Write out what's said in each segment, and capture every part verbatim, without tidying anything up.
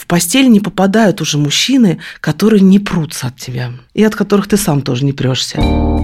постель не попадают уже мужчины, которые не прутся от тебя и от которых ты сам тоже не прешься.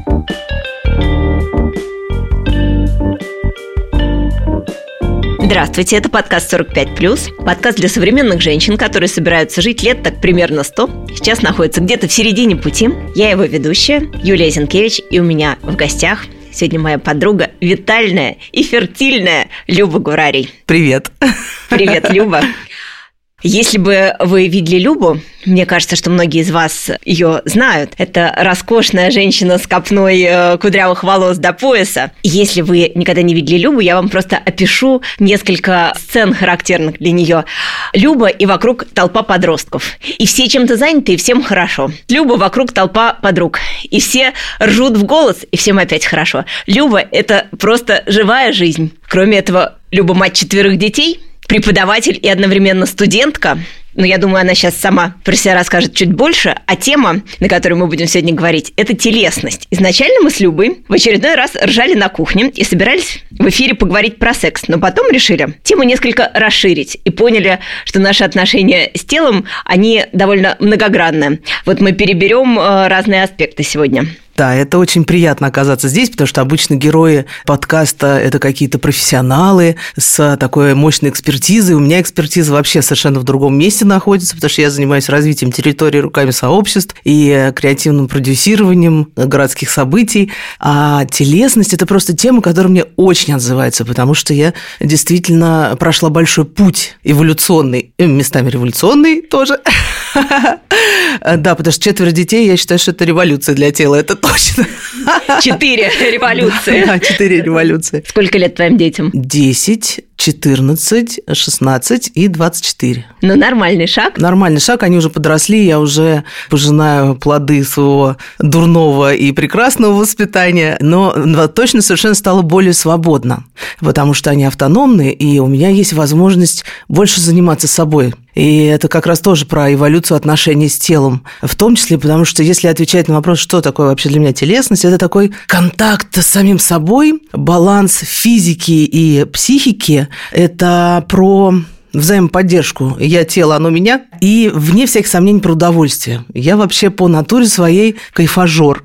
Здравствуйте, это подкаст сорок пять плюс, подкаст для современных женщин, которые собираются жить лет так примерно сто, сейчас находятся где-то в середине пути. Я его ведущая, Юлия Зинкевич, и у меня в гостях сегодня моя подруга, витальная и фертильная Люба Гурарий. Привет. Привет, Люба. Если бы вы видели Любу, мне кажется, что многие из вас ее знают. Это роскошная женщина с копной кудрявых волос до пояса. Если вы никогда не видели Любу, я вам просто опишу несколько сцен, характерных для нее. Люба и вокруг толпа подростков. И все чем-то заняты, и всем хорошо. Люба вокруг толпа подруг. И все ржут в голос, и всем опять хорошо. Люба – это просто живая жизнь. Кроме этого, Люба мать четверых детей, преподаватель и одновременно студентка. Но я думаю, она сейчас сама про себя расскажет чуть больше. А тема, на которой мы будем сегодня говорить, это телесность. Изначально мы с Любой в очередной раз ржали на кухне и собирались в эфире поговорить про секс. Но потом решили тему несколько расширить и поняли, что наши отношения с телом, они довольно многогранные. Вот мы переберем разные аспекты сегодня. Да, это очень приятно оказаться здесь, потому что обычно герои подкаста – это какие-то профессионалы с такой мощной экспертизой. У меня экспертиза вообще совершенно в другом месте находится, потому что я занимаюсь развитием территории руками сообществ и креативным продюсированием городских событий. А телесность – это просто тема, которая мне очень отзывается, потому что я действительно прошла большой путь эволюционный, местами революционный тоже. Да, потому что четверо детей, я считаю, что это революция для тела, это точно. Четыре революции. Да, четыре революции. Сколько лет твоим детям? Десять, четырнадцать, шестнадцать и двадцать четыре. Ну, нормальный шаг. Нормальный шаг, они уже подросли, я уже пожинаю плоды своего дурного и прекрасного воспитания, но точно совершенно стала более свободна, потому что они автономны, и у меня есть возможность больше заниматься собой. И это как раз тоже про эволюцию отношений с телом, в том числе, потому что если отвечать на вопрос, что такое вообще для меня телесность, это такой контакт с самим собой, баланс физики и психики, это про взаимоподдержку. Я тело, оно меня. И вне всяких сомнений про удовольствие. Я вообще по натуре своей кайфажор.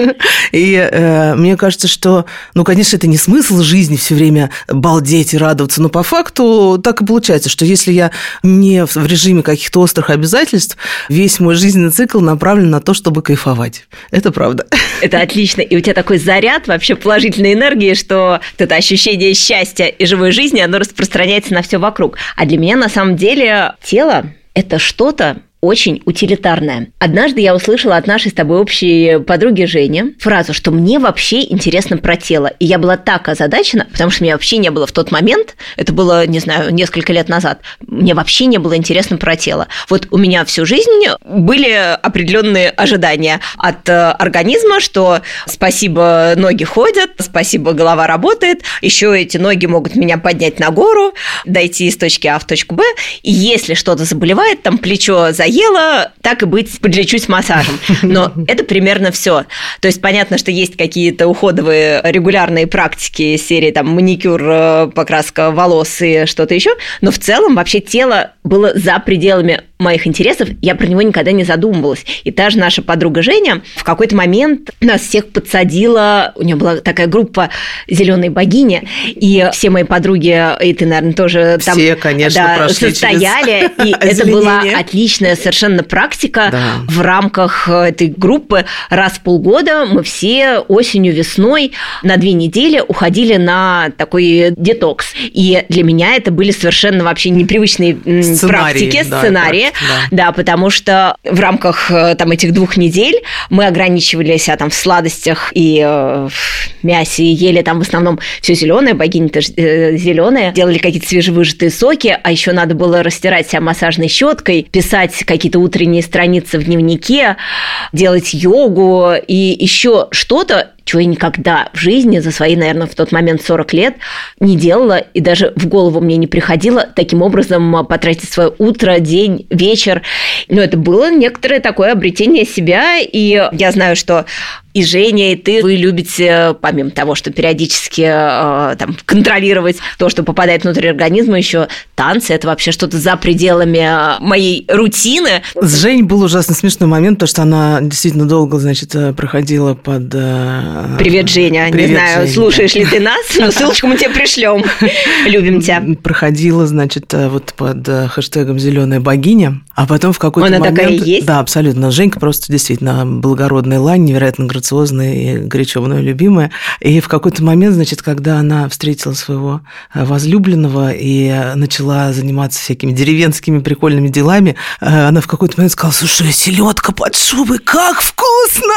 И э, мне кажется, что, ну, конечно, это не смысл жизни все время балдеть и радоваться, но по факту так и получается, что если я не в режиме каких-то острых обязательств, весь мой жизненный цикл направлен на то, чтобы кайфовать. Это правда. Это отлично. И у тебя такой заряд вообще положительной энергии, что это ощущение счастья и живой жизни, оно распространяется на все вокруг. А для меня на самом деле тело – это что-то очень утилитарное. Однажды я услышала от нашей с тобой общей подруги Жени фразу, что мне вообще интересно про тело. И я была так озадачена, потому что мне вообще не было в тот момент, это было, не знаю, несколько лет назад, мне вообще не было интересно про тело. Вот у меня всю жизнь были определенные ожидания от организма, что спасибо, ноги ходят, спасибо, голова работает, еще эти ноги могут меня поднять на гору, дойти из точки А в точку Б, и если что-то заболевает, там плечо заело, ела, так и быть, подлечусь массажем. Но это примерно все. То есть понятно, что есть какие-то уходовые регулярные практики серии там маникюр, покраска волос и что-то еще, но в целом вообще тело было за пределами моих интересов, я про него никогда не задумывалась. И та же наша подруга Женя в какой-то момент нас всех подсадила, у нее была такая группа «Зеленые богини», и все мои подруги, и ты, наверное, тоже там все, конечно, да, прошли состояли, через... и это была отличная совершенно практика. Да. В рамках этой группы раз в полгода мы все осенью, весной на две недели уходили на такой детокс. И для меня это были совершенно вообще непривычные сценарии, практики, да, сценарии. Да. да, потому что в рамках там, этих двух недель мы ограничивались а, там, в сладостях и э, в мясе, и ели там в основном все зеленое, богини-то э, зеленые, делали какие-то свежевыжатые соки, а еще надо было растирать себя массажной щеткой, писать какие-то утренние страницы в дневнике, делать йогу и еще что-то, чего я никогда в жизни за свои, наверное, в тот момент сорок лет не делала, и даже в голову мне не приходило таким образом потратить свое утро, день, вечер. Но это было некоторое такое обретение себя, и я знаю, что И Женя, и ты, вы любите, помимо того, что периодически э, там, контролировать то, что попадает внутрь организма, еще танцы. Это вообще что-то за пределами моей рутины. С Женей был ужасно смешной момент, потому что она действительно долго, значит, проходила под... Привет, Женя. Привет, не знаю, Женя. Слушаешь ли ты нас, но ссылочку мы тебе пришлем. Любим тебя. Проходила, значит, вот под хэштегом «Зеленая богиня», а потом в какой-то Она момент... такая и есть? Да, абсолютно. Женька просто действительно благородная лань, невероятно грациозная и горячо мною любимая. И в какой-то момент, значит, когда она встретила своего возлюбленного и начала заниматься всякими деревенскими прикольными делами, она в какой-то момент сказала: слушай, селедка под шубой, как вкусно!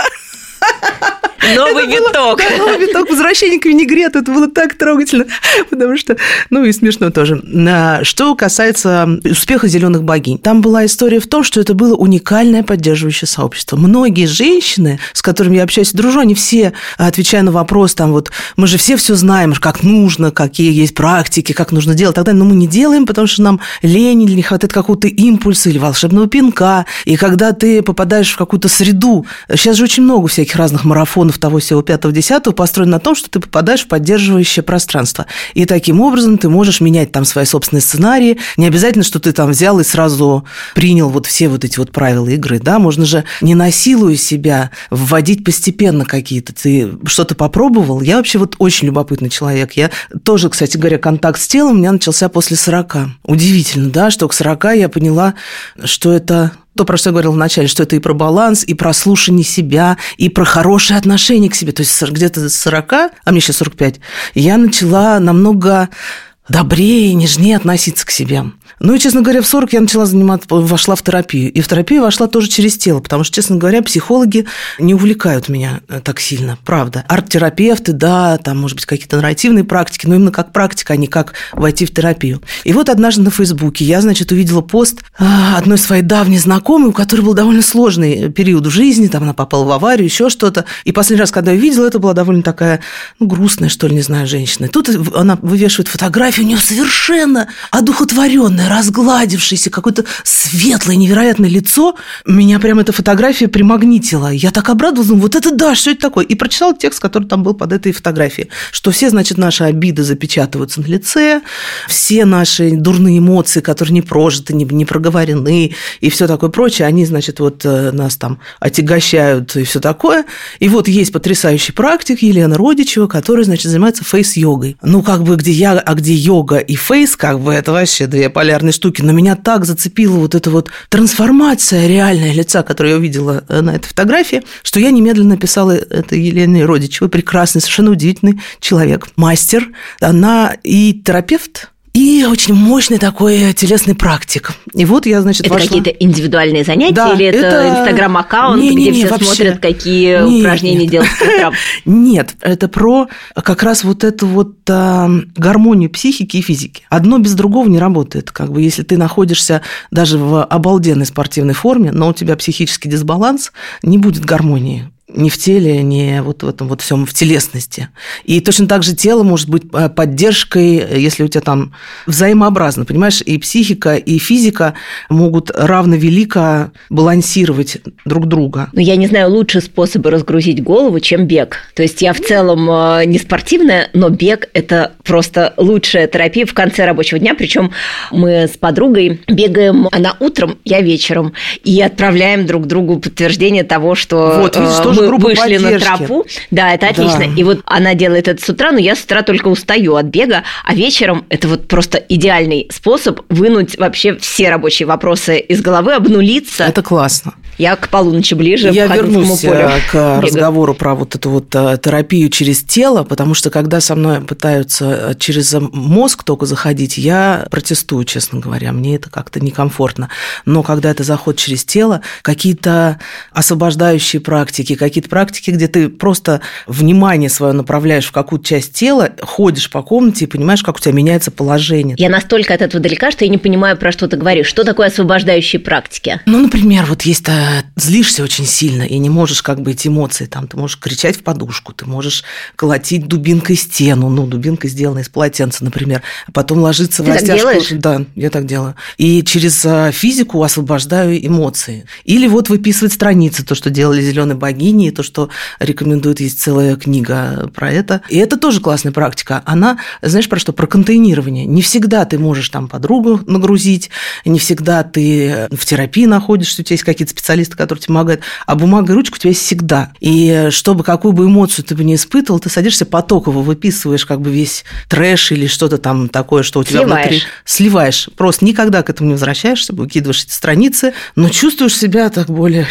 Новый виток. Да, новый виток возвращения к винегрету. Это было так трогательно, потому что, ну и смешно тоже. Что касается успеха «Зеленых богинь», там была история в том, что это было уникальное поддерживающее сообщество. Многие женщины, с которыми я общаюсь и дружу, они все, отвечая на вопрос, там вот, мы же все все знаем, как нужно, какие есть практики, как нужно делать, тогда, но мы не делаем, потому что нам лень или не хватает какого-то импульса или волшебного пинка. И когда ты попадаешь в какую-то среду, сейчас же очень много всяких разных марафонов того всего пятого десятого построен на том, что ты попадаешь в поддерживающее пространство. И таким образом ты можешь менять там свои собственные сценарии. Не обязательно, что ты там взял и сразу принял вот все вот эти вот правила игры. Да? Можно же, не насилуя себя, вводить постепенно какие-то. Ты что-то попробовал. Я вообще вот очень любопытный человек. Я тоже, кстати говоря, контакт с телом у меня начался после сорока. Удивительно, да, что к сорока я поняла, что это... То, про что я говорила вначале, что это и про баланс, и про слушание себя, и про хорошее отношение к себе. То есть где-то с сорока, а мне сейчас сорок пять, я начала намного добрее, нежнее относиться к себе. Ну и, честно говоря, в сорок я начала заниматься, вошла в терапию. И в терапию вошла тоже через тело, потому что, честно говоря, психологи не увлекают меня так сильно, правда. Арт-терапевты, да, там, может быть, какие-то нарративные практики, но именно как практика, а не как войти в терапию. И вот однажды на Фейсбуке я, значит, увидела пост одной своей давней знакомой, у которой был довольно сложный период в жизни, там она попала в аварию, еще что-то. И последний раз, когда я видела, это была довольно такая, ну, грустная, что ли, не знаю, женщина. И тут она вывешивает фотографию, у нее совершенно одухотворенная, разгладившееся, какое-то светлое, невероятное лицо. Меня прям эта фотография примагнитила. Я так обрадовалась, думаю, вот это да, что это такое? И прочитала текст, который там был под этой фотографией, что все, значит, наши обиды запечатываются на лице, все наши дурные эмоции, которые не прожиты, не, не проговорены и все такое прочее, они, значит, вот нас там отягощают и все такое. И вот есть потрясающий практик Елена Родичева, которая, значит, занимается фейс-йогой. Ну, как бы, где я, а где йога и фейс, как бы, это вообще две полярные штуки, но меня так зацепила вот эта вот трансформация реальная лица, которую я увидела на этой фотографии, что я немедленно написала это Елене Родичевой, прекрасный, совершенно удивительный человек, мастер. Она и терапевт, и очень мощный такой телесный практик. И вот я, значит, это вошла... какие-то индивидуальные занятия, да, или это, это... инстаграм-аккаунт, не, не, где не, все вообще... смотрят, какие не, упражнения нет. делать по утрам? Нет, это про как раз вот эту вот а, гармонию психики и физики. Одно без другого не работает. Как бы, если ты находишься даже в обалденной спортивной форме, но у тебя психический дисбаланс, не будет гармонии. Ни в теле, ни вот в этом вот всем в телесности. И точно так же тело может быть поддержкой, если у тебя там взаимообразно, понимаешь, и психика, и физика могут равновелико балансировать друг друга. Ну, я не знаю лучше способа разгрузить голову, чем бег. То есть я в целом не спортивная, но бег – это просто лучшая терапия в конце рабочего дня. Причем мы с подругой бегаем, она утром, я вечером, и отправляем друг другу подтверждение того, что вот, видишь, тоже мы группа вышли поддержки. На тропу. Да, это отлично. Да. И вот она делает это с утра, но я с утра только устаю от бега, а вечером это вот просто идеальный способ вынуть вообще все рабочие вопросы из головы, обнулиться. Это классно. Я к полуночи ближе. Я вернусь полю к бега. разговору про вот эту вот терапию через тело, потому что когда со мной пытаются через мозг только заходить, я протестую, честно говоря, мне это как-то некомфортно. Но когда это заход через тело, какие-то освобождающие практики, какие-то практики, где ты просто внимание свое направляешь в какую-то часть тела, ходишь по комнате и понимаешь, как у тебя меняется положение. Я настолько от этого далека, что я не понимаю, про что ты говоришь. Что такое освобождающие практики? Ну, например, вот есть злишься очень сильно и не можешь как бы эти эмоции, там, ты можешь кричать в подушку, ты можешь колотить дубинкой стену, ну, дубинкой сделана из полотенца, например, а потом ложиться ты в растяжку. Так делаешь? Да, я так делаю. И через физику освобождаю эмоции. Или вот выписывать страницы, то, что делали «Зеленые богини», то, что рекомендуют, есть целая книга про это. И это тоже классная практика. Она, знаешь, про что? Про контейнирование. Не всегда ты можешь там подругу нагрузить, не всегда ты в терапии находишься, у тебя есть какие-то специалисты, которые тебе помогают, а бумага и ручка у тебя есть всегда. И чтобы какую бы эмоцию ты бы не испытывал, ты садишься потоково, выписываешь как бы весь трэш или что-то там такое, что у тебя Сливаешь. внутри. Сливаешь. Просто никогда к этому не возвращаешься, выкидываешь эти страницы, но чувствуешь себя так более...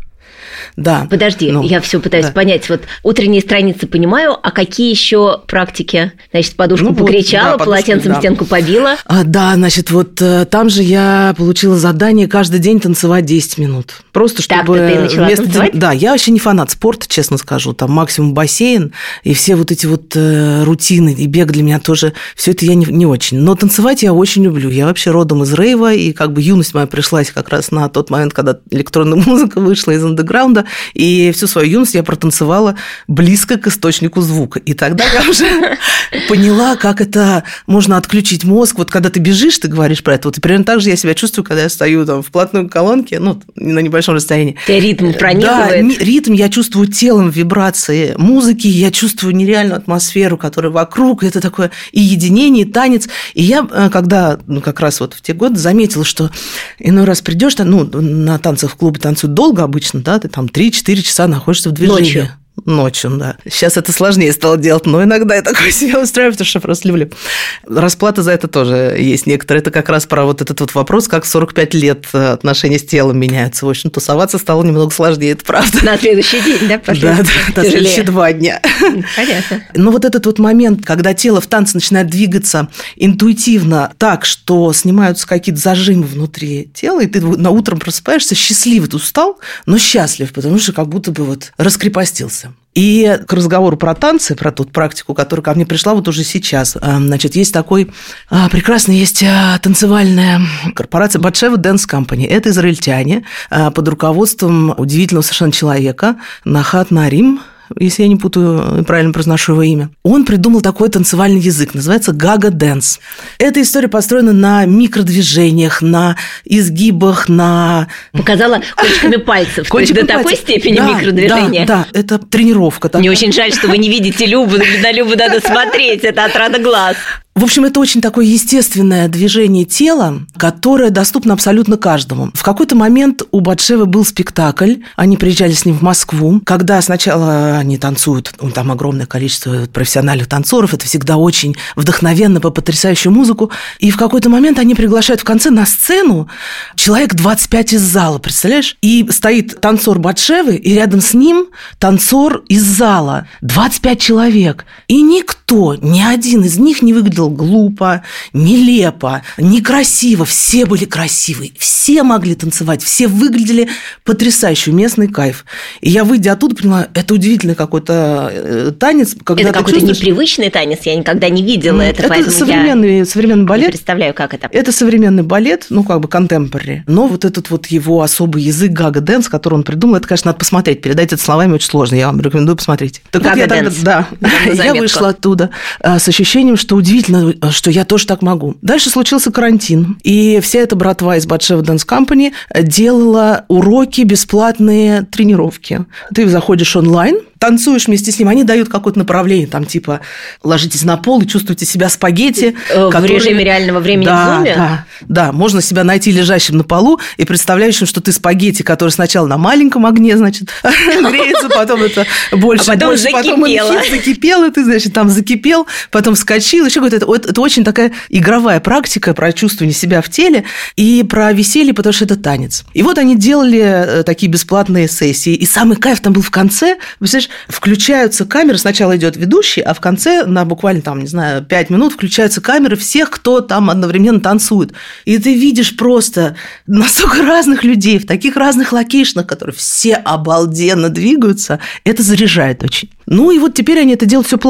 Да. Подожди, ну, я все пытаюсь да. понять. Вот утренние страницы понимаю, а какие еще практики? Значит, подушку ну, покричала, вот, да, полотенцем да. стенку побила. А, да, значит, вот там же я получила задание каждый день танцевать десять минут. Просто чтобы... Так, ты начала вместо... танцевать? Да, я вообще не фанат спорта, честно скажу. Там максимум бассейн, и все вот эти вот э, рутины, и бег для меня тоже, все это я не, не очень. Но танцевать я очень люблю. Я вообще родом из рейва, и как бы юность моя пришлась как раз на тот момент, когда электронная музыка вышла из андеграунда, и всю свою юность я протанцевала близко к источнику звука. И тогда я уже поняла, как это можно отключить мозг. Вот когда ты бежишь, ты говоришь про это. Вот и примерно так же я себя чувствую, когда я стою там вплотную к колонке, ну, на небольшом расстоянии. Тебя ритм проникивает. Да, ритм я чувствую телом, вибрации музыки, я чувствую нереальную атмосферу, которая вокруг. Это такое и единение, и танец. И я, когда ну, как раз вот в те годы заметила, что иной раз придешь, ну, на танцах в клубы танцуют долго обычно, да, ты там три-четыре часа находишься в движении. Ночью. Ночью, да. Сейчас это сложнее стало делать, но иногда я такое себе устраиваю, потому что я просто люблю. Расплата за это тоже есть некоторые. Это как раз про вот этот вот вопрос, как в сорок пять лет отношения с телом меняются. В общем, тусоваться стало немного сложнее, это правда. На следующий день, да? Да, да, на следующие два дня. Понятно. Но вот этот вот момент, когда тело в танце начинает двигаться интуитивно так, что снимаются какие-то зажимы внутри тела, и ты на утром просыпаешься счастливый, ты устал, но счастлив, потому что как будто бы вот раскрепостился. И к разговору про танцы, про ту практику, которая ко мне пришла вот уже сейчас. Значит, есть такой прекрасный, есть танцевальная корпорация Batsheva Dance Company. Это израильтяне под руководством удивительного совершенно человека Нахат Нарим, если я не путаю, правильно произношу его имя. Он придумал такой танцевальный язык, называется гага-дэнс. Эта история построена на микродвижениях, на изгибах, на... Показала кончиками пальцев. Кончиками до такой степени да, микродвижения. Да, да, это тренировка. Такая. Мне очень жаль, что вы не видите Любу. На Любу надо смотреть, это отрада глаз. В общем, это очень такое естественное движение тела, которое доступно абсолютно каждому. В какой-то момент у Батшевы был спектакль, они приезжали с ним в Москву, когда сначала они танцуют, там огромное количество профессиональных танцоров, это всегда очень вдохновенно, по потрясающую музыку, и в какой-то момент они приглашают в конце на сцену человек двадцать пять из зала, представляешь? И стоит танцор Батшевы, и рядом с ним танцор из зала, двадцать пять человек, и никто, ни один из них не выглядел глупо, нелепо, некрасиво. Все были красивые, все могли танцевать, все выглядели потрясающе, местный кайф. И я, выйдя оттуда, поняла, это удивительный какой-то танец. Когда это какой-то чувствуешь... непривычный танец, я никогда не видела это. Это современный, я современный балет. Не представляю, как это. Это современный балет, ну, как бы contemporary. Но вот этот вот его особый язык гага-дэнс, который он придумал, это, конечно, надо посмотреть. Передать это словами очень сложно. Я вам рекомендую посмотреть. Гага-дэнс. Да, я вышла оттуда с ощущением, что удивительно, что я тоже так могу. Дальше случился карантин, и вся эта братва из Batsheva Dance Company делала уроки, бесплатные тренировки. Ты заходишь онлайн, танцуешь вместе с ним, они дают какое-то направление, там типа ложитесь на пол и чувствуете себя спагетти. В которые... режиме реального времени да, в зуме? Да, да, можно себя найти лежащим на полу и представляющим, что ты спагетти, который сначала на маленьком огне, значит, греется, потом это больше, а потом больше, потом закипело, ты, значит, там закипел, потом вскочил, еще какой-то, это, это очень такая игровая практика про чувствование себя в теле и про веселье, потому что это танец. И вот они делали такие бесплатные сессии, и самый кайф там был в конце, представляешь, включаются камеры, сначала идет ведущий, а в конце на буквально там, не знаю, пять минут включаются камеры всех, кто там одновременно танцует. И ты видишь просто настолько разных людей в таких разных локейшнах, которые все обалденно двигаются. Это заряжает очень. Ну и вот теперь они это делают все платно.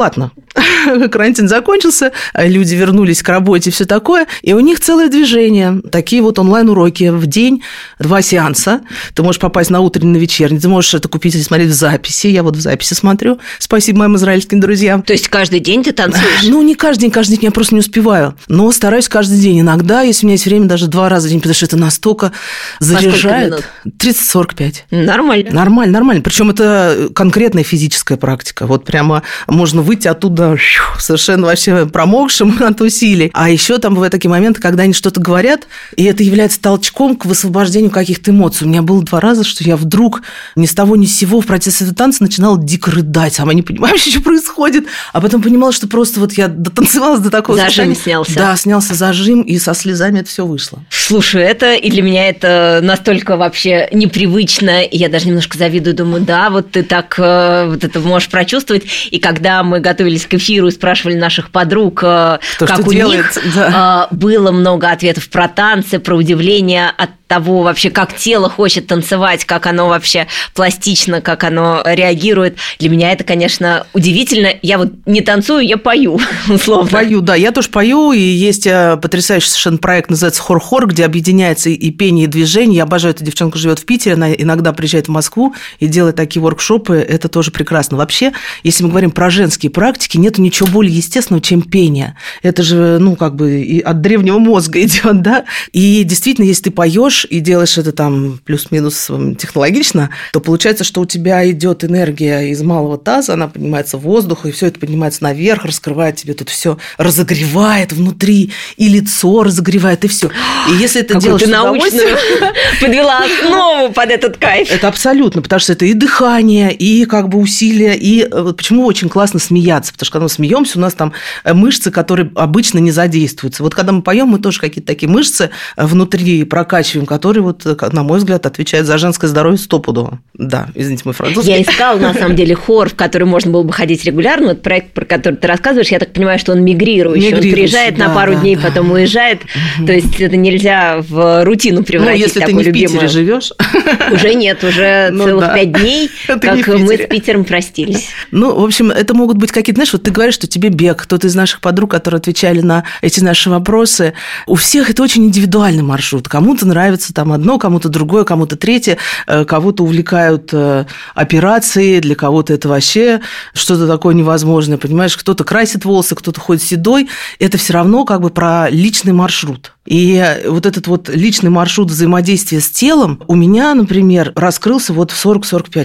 карантин закончился, люди вернулись к работе, все такое, и у них целое движение. Такие вот онлайн-уроки в день, два сеанса. Ты можешь попасть на утренний, на вечерний, ты можешь это купить и смотреть в записи. Я вот в записи смотрю. Спасибо моим израильским друзьям. То есть каждый день ты танцуешь? Ну, не каждый день, каждый день я просто не успеваю. Но стараюсь каждый день. Иногда, если у меня есть время, даже два раза в день, потому что это настолько заряжает. тридцать-сорок пять. Нормально. Нормально, нормально. Причем это конкретная физическая практика. Вот прямо можно выйти оттуда совершенно вообще промокшим от усилий. А еще там бывают такие моменты, когда они что-то говорят, и это является толчком к высвобождению каких-то эмоций. У меня было два раза, что я вдруг ни с того ни с сего в процессе этого танца начинала дико рыдать. Сама не понимаю вообще, что происходит. А потом понимала, что просто вот я дотанцевалась до такого состояния. Зажим снялся. Да, снялся зажим, и со слезами это все вышло. Слушай, это и для меня это настолько вообще непривычно, и я даже немножко завидую, думаю, да, вот ты так вот это можешь прочувствовать. И когда мы готовились к эфиру и спрашивали наших подруг, Кто как у делает, них, да. было много ответов про танцы, про удивление от того вообще, как тело хочет танцевать, как оно вообще пластично, как оно реагирует. Для меня это, конечно, удивительно. Я вот не танцую, я пою, условно. Пою, да, я тоже пою, и есть потрясающий совершенно проект, называется «Хор-хор», где объединяется и пение, и движение. Я обожаю эту девчонку, живет в Питере, она иногда приезжает в Москву и делает такие воркшопы, это тоже прекрасно. Вообще, если мы говорим про женские практики, нет ничего более естественного, чем пение. Это же, ну, как бы и от древнего мозга идет, да. И действительно, если ты поешь и делаешь это там плюс-минус технологично, то получается, что у тебя идет энергия из малого таза, она поднимается в воздух, и все это поднимается наверх, раскрывает тебе тут все, разогревает внутри, и лицо разогревает, и все. И если это делаешь с удовольствием... подвела основу под этот кайф. Это абсолютно, потому что это и дыхание, и как бы усилия, и почему очень классно смеяться, потому что когда мы смеемся, у нас там мышцы, которые обычно не задействуются. Вот когда мы поем, мы тоже какие-то такие мышцы внутри прокачиваем, которые, вот, на мой взгляд, отвечают за женское здоровье стопудово. Да, извините, мой французский. Я искала, на самом деле, хор, в который можно было бы ходить регулярно. Вот проект, про который ты рассказываешь, я так понимаю, что он мигрирующий. Он приезжает да, на пару да, дней, да. потом уезжает. Угу. То есть это нельзя в рутину превратить. Ну, если ты не любимую. В Питере живешь. Уже нет, уже ну, целых да. пять дней, как мы с Питером простились. Ну, в общем, это могут быть какие-то, знаешь, вот ты говоришь, что тебе бег, кто-то из наших подруг, которые отвечали на эти наши вопросы, у всех это очень индивидуальный маршрут. Кому-то нравится там одно, кому-то другое, кому-то третье, кого-то увлекают операции, для кого-то это вообще что-то такое невозможное, понимаешь, кто-то красит волосы, кто-то ходит седой, это все равно как бы про личный маршрут. И вот этот вот личный маршрут взаимодействия с телом у меня, например, раскрылся вот в сорок-сорок пять.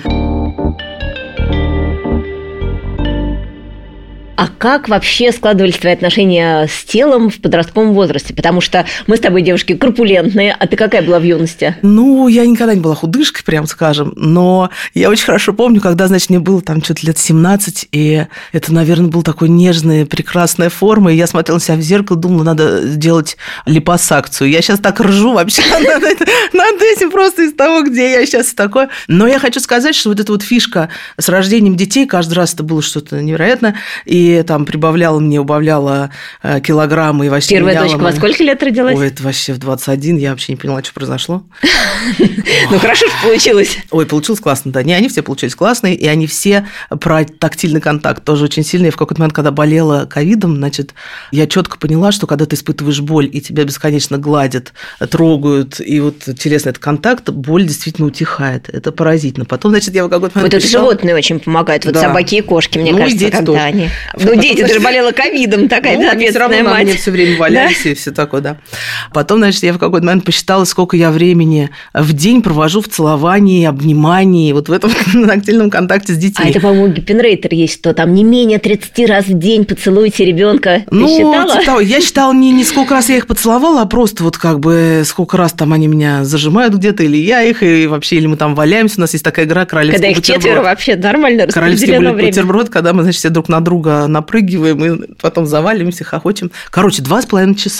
А как вообще складывались твои отношения с телом в подростковом возрасте? Потому что мы с тобой девушки корпулентные, а ты какая была в юности? Ну, я никогда не была худышкой, прям скажем, но я очень хорошо помню, когда, значит, мне было там что-то лет семнадцать, и это, наверное, была такой нежная, прекрасная форма, и я смотрела на себя в зеркало, думала, надо делать липосакцию. Я сейчас так ржу вообще над этим просто из того, где я сейчас такое. Но я хочу сказать, что вот эта вот фишка с рождением детей, каждый раз это было что-то невероятное, и И там прибавляла мне, убавляла килограммы. И вообще Первая дочка во сколько лет родилась? Ой, это вообще в двадцать один, я вообще не поняла, что произошло. Ну, хорошо, что получилось. Ой, получилось классно, да. Не, они все получились классные, и они все про тактильный контакт тоже очень сильные. В какой-то момент, когда болела ковидом, значит, я четко поняла, что когда ты испытываешь боль, и тебя бесконечно гладят, трогают, и вот телесный этот контакт, боль действительно утихает. Это поразительно. Потом, значит, я в какой-то момент... Вот это животные очень помогают, вот собаки и кошки, мне кажется, когда они... Ну, потом, дети, значит, ты же болела ковидом, такая ну, ответственная мать. Они все время валялись, да? И все такое, да. Потом, значит, я в какой-то момент посчитала, сколько я времени в день провожу в целовании, обнимании, вот в этом тактильном контакте с детьми. А это, по-моему, Гиппенрейтер есть, что там не менее тридцать раз в день поцелуйте ребенка. Ты ну, считала? Типа, я считала не, не сколько раз я их поцеловала, а просто вот как бы сколько раз там они меня зажимают где-то, или я их, и вообще, или мы там валяемся. У нас есть такая игра «Королевский бутерброд». Когда их четверо, вообще нормально распределено время. «Королевский бутерброд», когда мы, значит, все друг на друга напрыгиваем и потом заваливаемся, хохочем. Короче, два с половиной часа.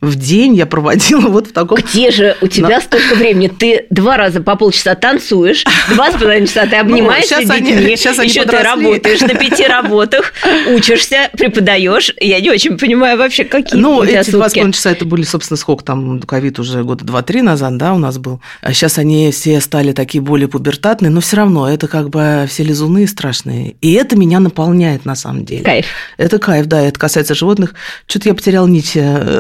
в день я проводила вот в таком... Где же у тебя Но... столько времени? Ты два раза по полчаса танцуешь, два с половиной часа ты обнимаешься с детьми, еще ты работаешь на пяти работах, учишься, преподаешь. Я не очень понимаю вообще, какие ну, у тебя эти два с половиной часа, это были, собственно, сколько там, ковид уже года два-три назад, да, у нас был. А сейчас они все стали такие более пубертатные, но все равно это как бы все лизуны страшные. И это меня наполняет на самом деле. Кайф. Это кайф, да, это касается животных. Что-то я потеряла нить.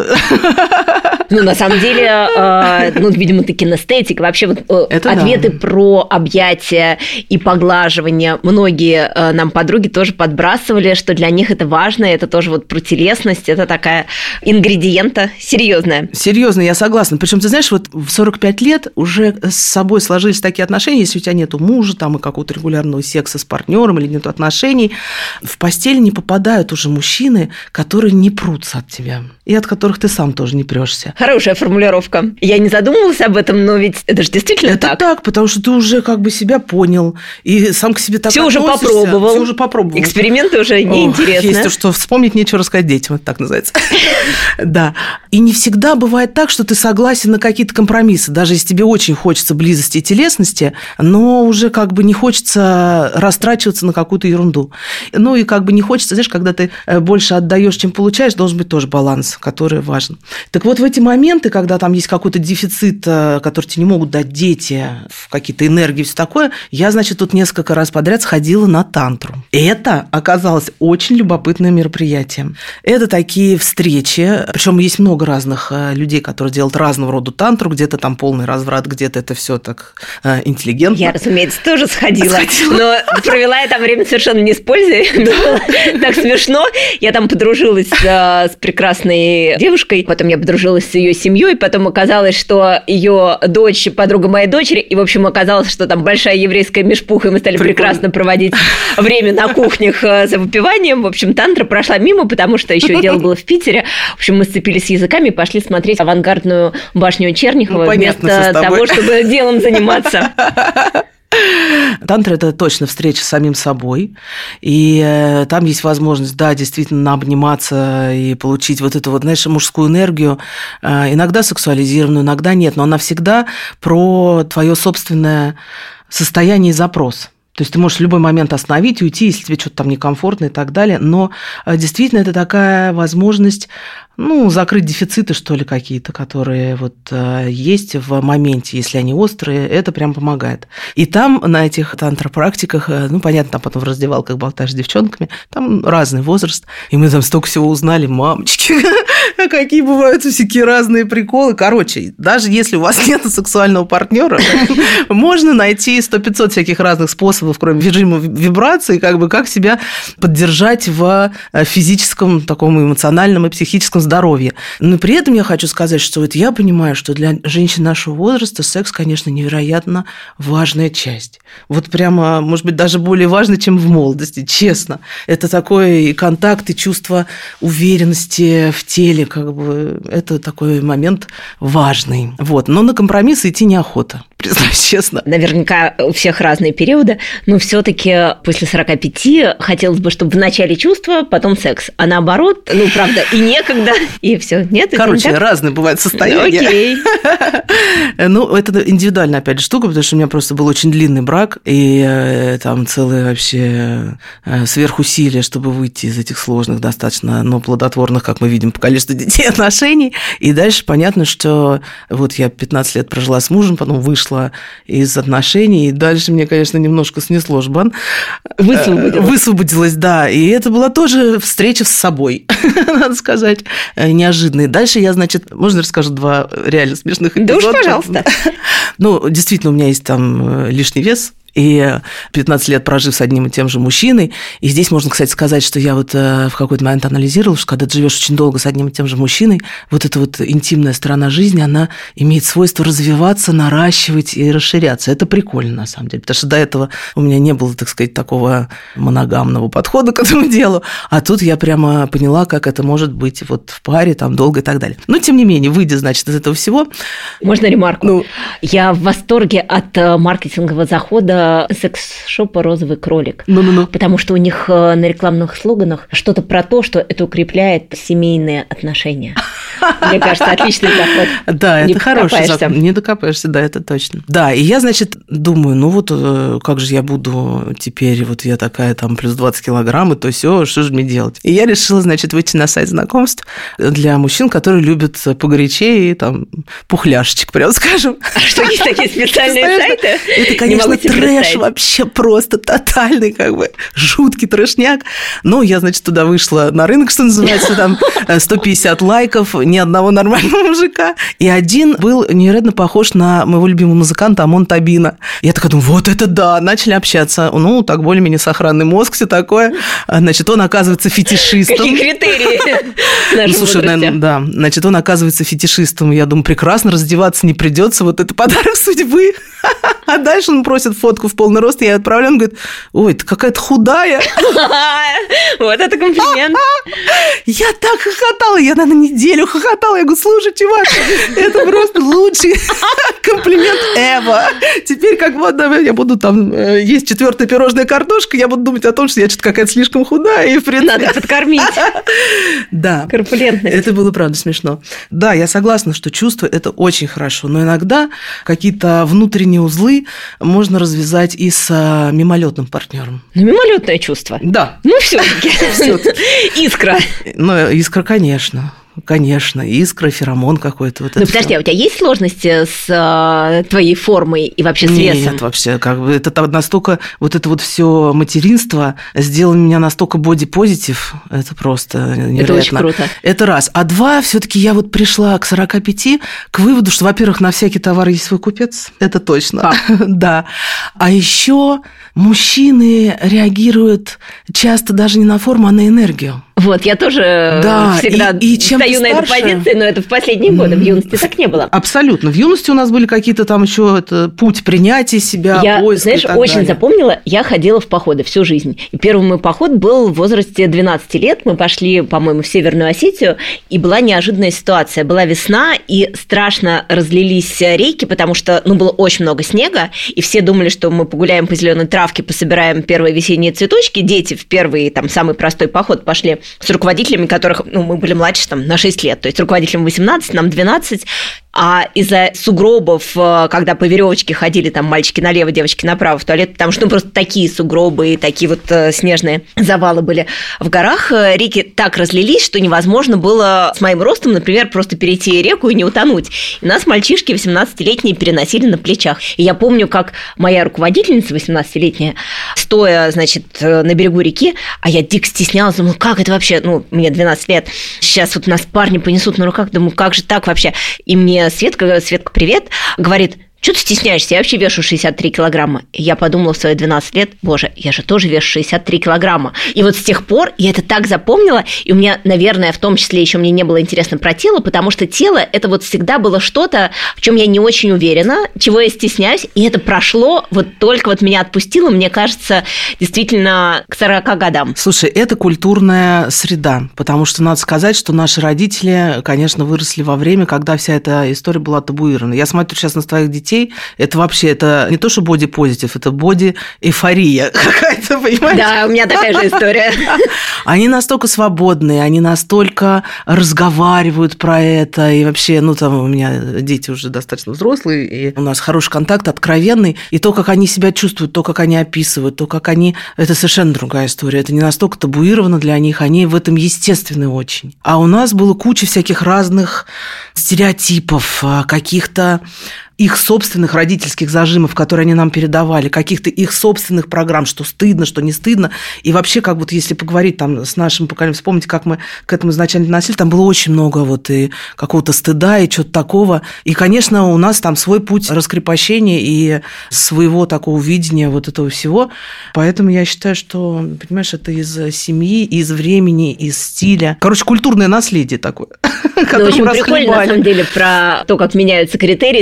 Ну, на самом деле, ну, видимо, ты кинестетик. Вообще, вот это ответы да. про объятия и поглаживание многие нам подруги тоже подбрасывали, что для них это важно, это тоже вот про телесность, это такая ингредиента серьезная. Серьезно, я согласна. Причем, ты знаешь, вот в сорок пять лет уже с собой сложились такие отношения, если у тебя нету мужа там, и какого-то регулярного секса с партнером или нету отношений, в постель не попадают уже мужчины, которые не прутся от тебя и от которых ты сам тоже не прешься. Хорошая формулировка. Я не задумывалась об этом, но ведь это же действительно это так. Это так, потому что ты уже как бы себя понял и сам к себе так Все относишься. уже попробовал. Все уже попробовал. Эксперименты уже неинтересны. Есть что вспомнить, нечего рассказать детям, это так называется. Да. И не всегда бывает так, что ты согласен на какие-то компромиссы, даже если тебе очень хочется близости и телесности, но уже как бы не хочется растрачиваться на какую-то ерунду. Ну и как бы не хочется, знаешь, когда ты больше отдаешь, чем получаешь, должен быть тоже баланс, который важен. Так вот в эти моменты, когда там есть какой-то дефицит, который тебе не могут дать дети, какие-то энергии, все такое, я, значит, тут несколько раз подряд сходила на тантру. Это оказалось очень любопытное мероприятие. Это такие встречи, причем есть много разных людей, которые делают разного рода тантру, где-то там полный разврат, где-то это все так интеллигентно. Я, разумеется, тоже сходила, сходила. Но провела я там время совершенно не с пользой, так смешно. Я там подружилась с прекрасной девушкой, потом я подружилась с ее семьей, потом оказалось, что ее дочь подруга моей дочери, и, в общем, оказалось, что там большая еврейская мешпуха, и мы стали Прикольно. прекрасно проводить время на кухнях за выпиванием. В общем, тантра прошла мимо, потому что еще дело было в Питере. В общем, мы сцепились языками и пошли смотреть авангардную башню Чернихова ну, вместо того, чтобы делом заниматься. Тантра – это точно встреча с самим собой, и там есть возможность, да, действительно обниматься и получить вот эту вот, знаешь, мужскую энергию, иногда сексуализированную, иногда нет, но она всегда про твое собственное состояние и запрос. То есть ты можешь в любой момент остановить, уйти, если тебе что-то там некомфортно и так далее, но действительно это такая возможность, ну, закрыть дефициты, что ли, какие-то, которые вот есть в моменте, если они острые, это прям помогает. И там на этих тантра-практиках, ну, понятно, там потом в раздевалках болтаешь с девчонками, там разный возраст, и мы там столько всего узнали, мамочки, какие бывают всякие разные приколы. Короче, даже если у вас нет сексуального партнера, можно найти сто-пятьсот всяких разных способов, кроме режима вибрации, как бы как себя поддержать в физическом, таком эмоциональном и психическом здоровье. Но при этом я хочу сказать, что вот я понимаю, что для женщин нашего возраста секс, конечно, невероятно важная часть. Вот прямо, может быть, даже более важно, чем в молодости, честно. Это такой и контакт, и чувство уверенности в теле, как бы это такой момент важный. Вот. Но на компромиссы идти неохота, признаюсь честно. Наверняка у всех разные периоды, но все-таки после сорока пяти хотелось бы, чтобы в начале чувства, потом секс. А наоборот, ну, правда, и некогда, и все. Нет, короче, не разные бывают состояния. Окей. Ну, это индивидуальная, опять же, штука, потому что у меня просто был очень длинный брак, и э, там целые вообще э, сверхусилия, чтобы выйти из этих сложных, достаточно, но плодотворных, как мы видим, по количеству детей отношений. И дальше понятно, что вот я пятнадцать лет прожила с мужем, потом вышла из отношений, и дальше мне, конечно, немножко снесло жбан. Высвободилась. Высвободилась, да. И это была тоже встреча с собой, надо сказать, неожиданная. Дальше я, значит, можно расскажу два реально смешных эпизода? Да уж, пожалуйста. Ну, действительно, у меня есть там лишний вес, и пятнадцать лет прожив с одним и тем же мужчиной, и здесь можно, кстати, сказать, что я вот в какой-то момент анализировала, что когда ты живешь очень долго с одним и тем же мужчиной, вот эта вот интимная сторона жизни, она имеет свойство развиваться, наращивать и расширяться. Это прикольно, на самом деле, потому что до этого у меня не было, так сказать, такого моногамного подхода к этому делу, а тут я прямо поняла, как это может быть вот в паре там долго и так далее. Но, тем не менее, выйдя, значит, из этого всего... Можно ремарку? Ну... Я в восторге от маркетингового захода секс-шопа «Розовый кролик». Ну-ну-ну. Потому что у них на рекламных слоганах что-то про то, что это укрепляет семейные отношения. Мне кажется, отличный заход. Да, это хороший заход. Не докопаешься, да, это точно. Да, и я, значит, думаю, ну вот как же я буду теперь, вот я такая там плюс двадцать килограмм, и то все, что же мне делать? И я решила, значит, выйти на сайт знакомств для мужчин, которые любят погорячее и там пухляшечек, прям скажем. А что, есть такие специальные сайты? Это, конечно, трэш вообще просто тотальный, как бы, жуткий трэшняк. Ну, я, значит, туда вышла на рынок, что называется, там сто пятьдесят лайков, ни одного нормального мужика. И один был невероятно похож на моего любимого музыканта Амон Табина. Я такая думаю, вот это да, начали общаться. Ну, так более-менее сохранный мозг, все такое. Значит, он оказывается фетишистом. Какие критерии? Ну, слушай, наверное, да. Значит, он оказывается фетишистом. Я думаю, прекрасно, раздеваться не придется. Вот это подарок судьбы. А дальше он просит фотку в полный рост, я отправляю, он говорит, ой, ты какая-то худая. Вот это комплимент. Я так хохотала, я на неделю хохотала. Я говорю, слушай, чувак, это просто лучший комплимент ever. Теперь как вот я буду там есть четвертое пирожное картошка, я буду думать о том, что я что-то какая-то слишком худая. И в принципе... Надо подкормить. Да. Корпулентность. Это было, правда, смешно. Да, я согласна, что чувство – это очень хорошо, но иногда какие-то внутренние узлы можно развязать и с мимолетным партнером. Ну, мимолетное чувство. Да. Ну, все-таки. Искра. Ну, искра, конечно. Конечно, искра, феромон какой-то. Вот ну, подожди, все. А у тебя есть сложности с а, твоей формой и вообще с Нет, весом? Нет, вообще, как бы это настолько, вот это вот все материнство сделало меня настолько бодипозитив, это просто невероятно. Это очень круто. Это раз. А два, все-таки я вот пришла к сорока пяти к выводу, что, во-первых, на всякий товар есть свой купец, это точно. Да. А еще мужчины реагируют часто даже не на форму, а на энергию. Вот, я тоже да, всегда и, и стою на этой позиции, но это в последние годы, в юности так не было. Абсолютно. В юности у нас были какие-то там еще это, путь принятия себя, я, поиска знаешь, и так очень далее. запомнила, я ходила в походы всю жизнь. И первый мой поход был в возрасте двенадцати лет. Мы пошли, по-моему, в Северную Осетию, и была неожиданная ситуация. Была весна, и страшно разлились реки, потому что ну, было очень много снега, и все думали, что мы погуляем по зеленой травке, пособираем первые весенние цветочки. Дети в первый, там, самый простой поход пошли с руководителями, которых, ну, мы были младше там, на шесть лет, то есть руководителям восемнадцать, нам двенадцать, а из-за сугробов, когда по веревочке ходили там мальчики налево, девочки направо в туалет, потому что ну, просто такие сугробы и такие вот снежные завалы были в горах, реки так разлились, что невозможно было с моим ростом, например, просто перейти реку и не утонуть. И нас мальчишки восемнадцатилетние переносили на плечах. И я помню, как моя руководительница восемнадцатилетняя, стоя, значит, на берегу реки, а я дико стеснялась, думаю, как это вообще, ну, мне двенадцать лет, сейчас вот нас парни понесут на руках, думаю, как же так вообще? И мне Светка, Светка, привет, говорит, что ты стесняешься? Я вообще вешу шестьдесят три килограмма. И я подумала в свои двенадцать лет, боже, я же тоже вешу шестьдесят три килограмма. И вот с тех пор я это так запомнила, и у меня, наверное, в том числе еще мне не было интересно про тело, потому что тело – это вот всегда было что-то, в чем я не очень уверена, чего я стесняюсь, и это прошло, вот только вот меня отпустило, мне кажется, действительно к сорока годам. Слушай, это культурная среда, потому что надо сказать, что наши родители, конечно, выросли во время, когда вся эта история была табуирована. Я смотрю сейчас на твоих детей, это вообще, это не то, что боди-позитив, это боди-эйфория какая-то, понимаешь? Да, у меня такая же история. Они настолько свободные, они настолько разговаривают про это, и вообще, ну, там у меня дети уже достаточно взрослые, и у нас хороший контакт, откровенный, и то, как они себя чувствуют, то, как они описывают, то, как они... Это совершенно другая история, это не настолько табуировано для них, они в этом естественны очень. А у нас было куча всяких разных стереотипов, каких-то их собственных родительских зажимов, которые они нам передавали, каких-то их собственных программ, что стыдно, что не стыдно. И вообще, как вот если поговорить там с нашим поколением, вспомните, как мы к этому изначально относились, там было очень много вот и какого-то стыда, и чего-то такого. И, конечно, у нас там свой путь раскрепощения и своего такого видения вот этого всего. Поэтому я считаю, что, понимаешь, это из семьи, из времени, из стиля. Короче, культурное наследие такое. Ну, очень прикольно, на самом деле, про то, как меняются критерии, там брови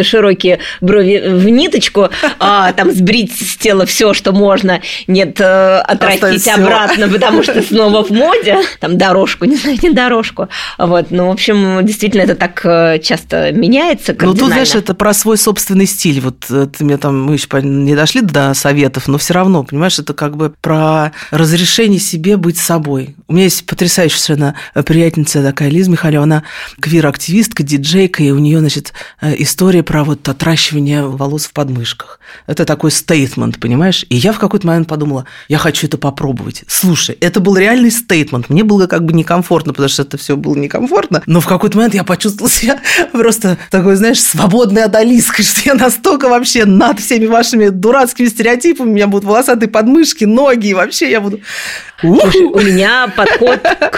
длинные широкие брови в ниточку, а, там сбрить с тела все, что можно, нет, отрастить обратно, потому что снова в моде, там дорожку, не знаю, не дорожку. Вот, ну, в общем, действительно, это так часто меняется кардинально. Ну, тут, знаешь, это про свой собственный стиль. Вот ты мне там, мы еще не дошли до советов, но все равно, понимаешь, это как бы про разрешение себе быть собой. У меня есть потрясающая совершенно приятельница такая, Лиза Михайлова, она квир-активистка, диджейка, и у нее, значит, история про вот отращивание волос в подмышках. Это такой стейтмент, понимаешь? И я в какой-то момент подумала, я хочу это попробовать. Слушай, это был реальный стейтмент. Мне было как бы некомфортно, потому что это все было некомфортно, но в какой-то момент я почувствовала себя просто такой, знаешь, свободной одолиской, что я настолько вообще над всеми вашими дурацкими стереотипами, у меня будут волосатые подмышки, ноги, и вообще я буду... Слушай, у меня подход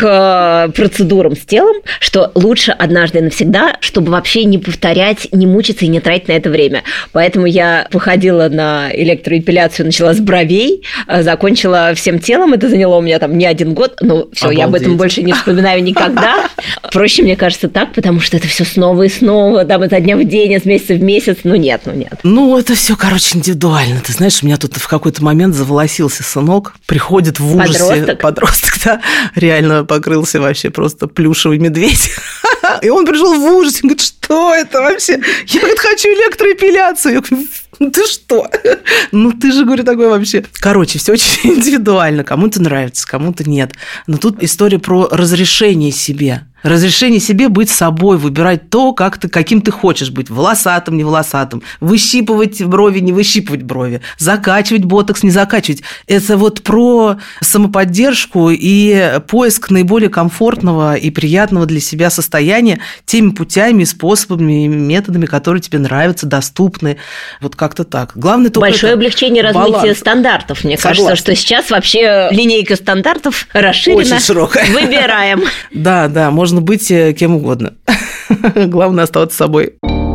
к процедурам с телом, что лучше однажды и навсегда, чтобы вообще не повторять, не мучиться и не тратить на это время. Поэтому я выходила на электроэпиляцию, начала с бровей, закончила всем телом. Это заняло у меня там не один год, но все, я об этом больше не вспоминаю никогда. Проще, мне кажется, так, потому что это все снова и снова, там, изо дня в день, из месяца в месяц. Ну нет, ну нет. Ну, это все, короче, индивидуально. Ты знаешь, у меня тут в какой-то момент заволосился сынок, приходит в ужасе. Подросток? Подросток, да, реально покрылся вообще просто плюшевый медведь. И он пришел в ужас, он говорит, что это вообще? Я, говорит, хочу электроэпиляцию. Я говорю, ты что? Ну, ты же, говорю, такой вообще... Короче, все очень индивидуально. Кому-то нравится, кому-то нет. Но тут история про разрешение себе. Разрешение себе быть собой, выбирать то, как ты, каким ты хочешь быть. Волосатым, не волосатым. Выщипывать брови, не выщипывать брови. Закачивать ботокс, не закачивать. Это вот про самоподдержку и поиск наиболее комфортного и приятного для себя состояния теми путями, способами, методами, которые тебе нравятся, доступны. Вот как-то так. Главное только большое облегчение развития баланс. Стандартов. Мне Согласна. Кажется, что сейчас вообще линейка стандартов расширена. Очень широкая. Выбираем. Да, да, можно быть кем угодно. Главное оставаться собой.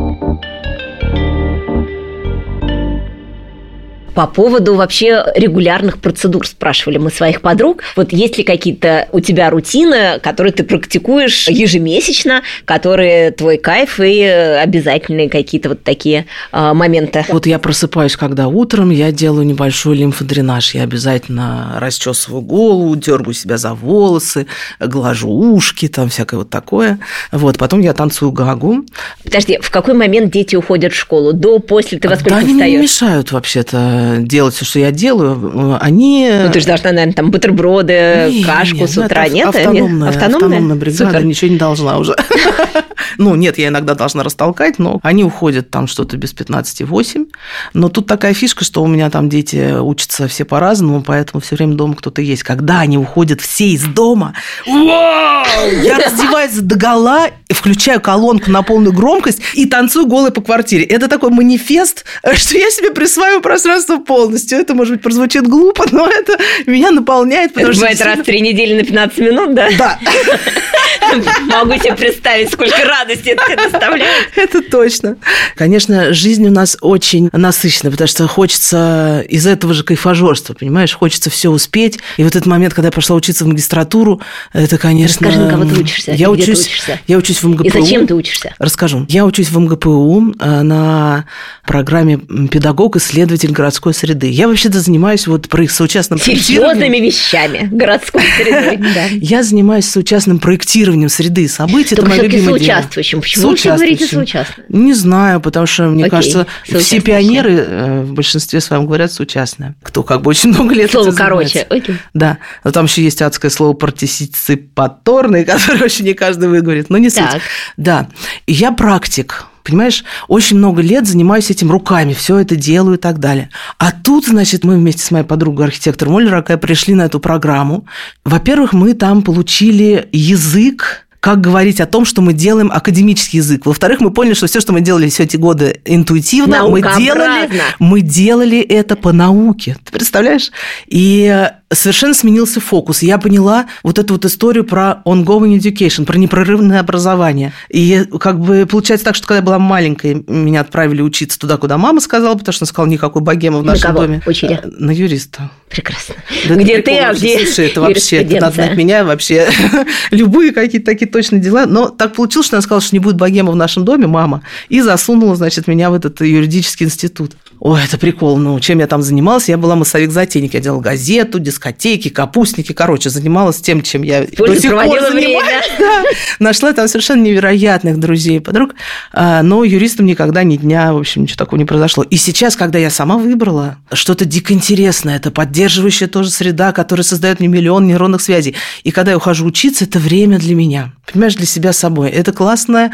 По поводу вообще регулярных процедур спрашивали мы своих подруг. Вот есть ли какие-то у тебя рутины, которые ты практикуешь ежемесячно, которые твой кайф и обязательные какие-то вот такие э, моменты? Вот я просыпаюсь, когда утром, я делаю небольшой лимфодренаж. Я обязательно расчесываю голову, дергаю себя за волосы, глажу ушки, там всякое вот такое. Вот, потом я танцую гагу. Подожди, в какой момент дети уходят в школу? До, после? Ты во сколько встаёшь? Да, они не мешают вообще-то делать все, что я делаю, они... Ну, ты же должна, наверное, там бутерброды, не, кашку не, с утра, это нет? Автономная, автономная? автономная бригада, Супер. Ничего не должна уже. Ну, нет, я иногда должна растолкать, но они уходят там что-то без пятнадцати восемь. Но тут такая фишка, что у меня там дети учатся все по-разному, поэтому все время дома кто-то есть. Когда они уходят все из дома, вау! Я раздеваюсь догола, включаю колонку на полную громкость и танцую голой по квартире. Это такой манифест, что я себе присваиваю пространство полностью. Это, может быть, прозвучит глупо, но это меня наполняет. Это бывает что... раз в три недели на пятнадцать минут, да? Да. Могу себе представить, сколько радости это доставляет. Это точно. Конечно, жизнь у нас очень насыщенная, потому что хочется из этого же кайфажорства, понимаешь? Хочется все успеть. И вот этот момент, когда я пошла учиться в магистратуру, это, конечно... Расскажи, на кого ты учишься? Я учусь, ты учишься? Я учусь в МГПУ. И зачем ты учишься? Расскажу. Я учусь в МГПУ на программе «Педагог-исследователь городской среды». Я вообще-то занимаюсь вот соучастным проектированием. Серьезными вещами городской среды. Я занимаюсь соучастным проектированием среды и событий. Это мое любимое дело. Соучаствующим. Почему вы все говорите соучастным? Не знаю, потому что, мне кажется, все пионеры в большинстве своем говорят соучастное. Кто как бы очень много лет Слово короче. Окей. Да. Но там еще есть адское слово партиципаторное, которое вообще не каждый выговорит. Но не суть. Да. Я практик. Понимаешь, очень много лет занимаюсь этим руками, все это делаю и так далее. А тут, значит, мы вместе с моей подругой, архитектором Олей Ракай, пришли на эту программу. Во-первых, мы там получили язык, как говорить о том, что мы делаем академический язык. Во-вторых, мы поняли, что все, что мы делали все эти годы интуитивно, мы делали, мы делали это по науке. Ты представляешь? И совершенно сменился фокус. Я поняла вот эту вот историю про ongoing education, про непрерывное образование. И как бы получается так, что когда я была маленькой, меня отправили учиться туда, куда мама сказала, потому что она сказала, никакой богемы в нашем на кого доме. Учили? На юриста. Прекрасно. Да где ты, а где Слушай, это вообще, это надо знать меня вообще. Любые какие-то такие точные дела. Но так получилось, что она сказала, что не будет богемы в нашем доме, мама, и засунула, значит, меня в этот юридический институт. Ой, это прикол. Ну, чем я там занималась? Я была массовик-затейник. Я делала газету, дискотеки, капустники. Короче, занималась тем, чем я Пользу до сих пор занимаюсь. Время. Да. Нашла там совершенно невероятных друзей и подруг. Но юристом никогда ни дня, в общем, ничего такого не произошло. И сейчас, когда я сама выбрала что-то дико интересное, это поддерживающая тоже среда, которая создает мне миллион нейронных связей. И когда я ухожу учиться, это время для меня. Понимаешь, для себя собой. Это классное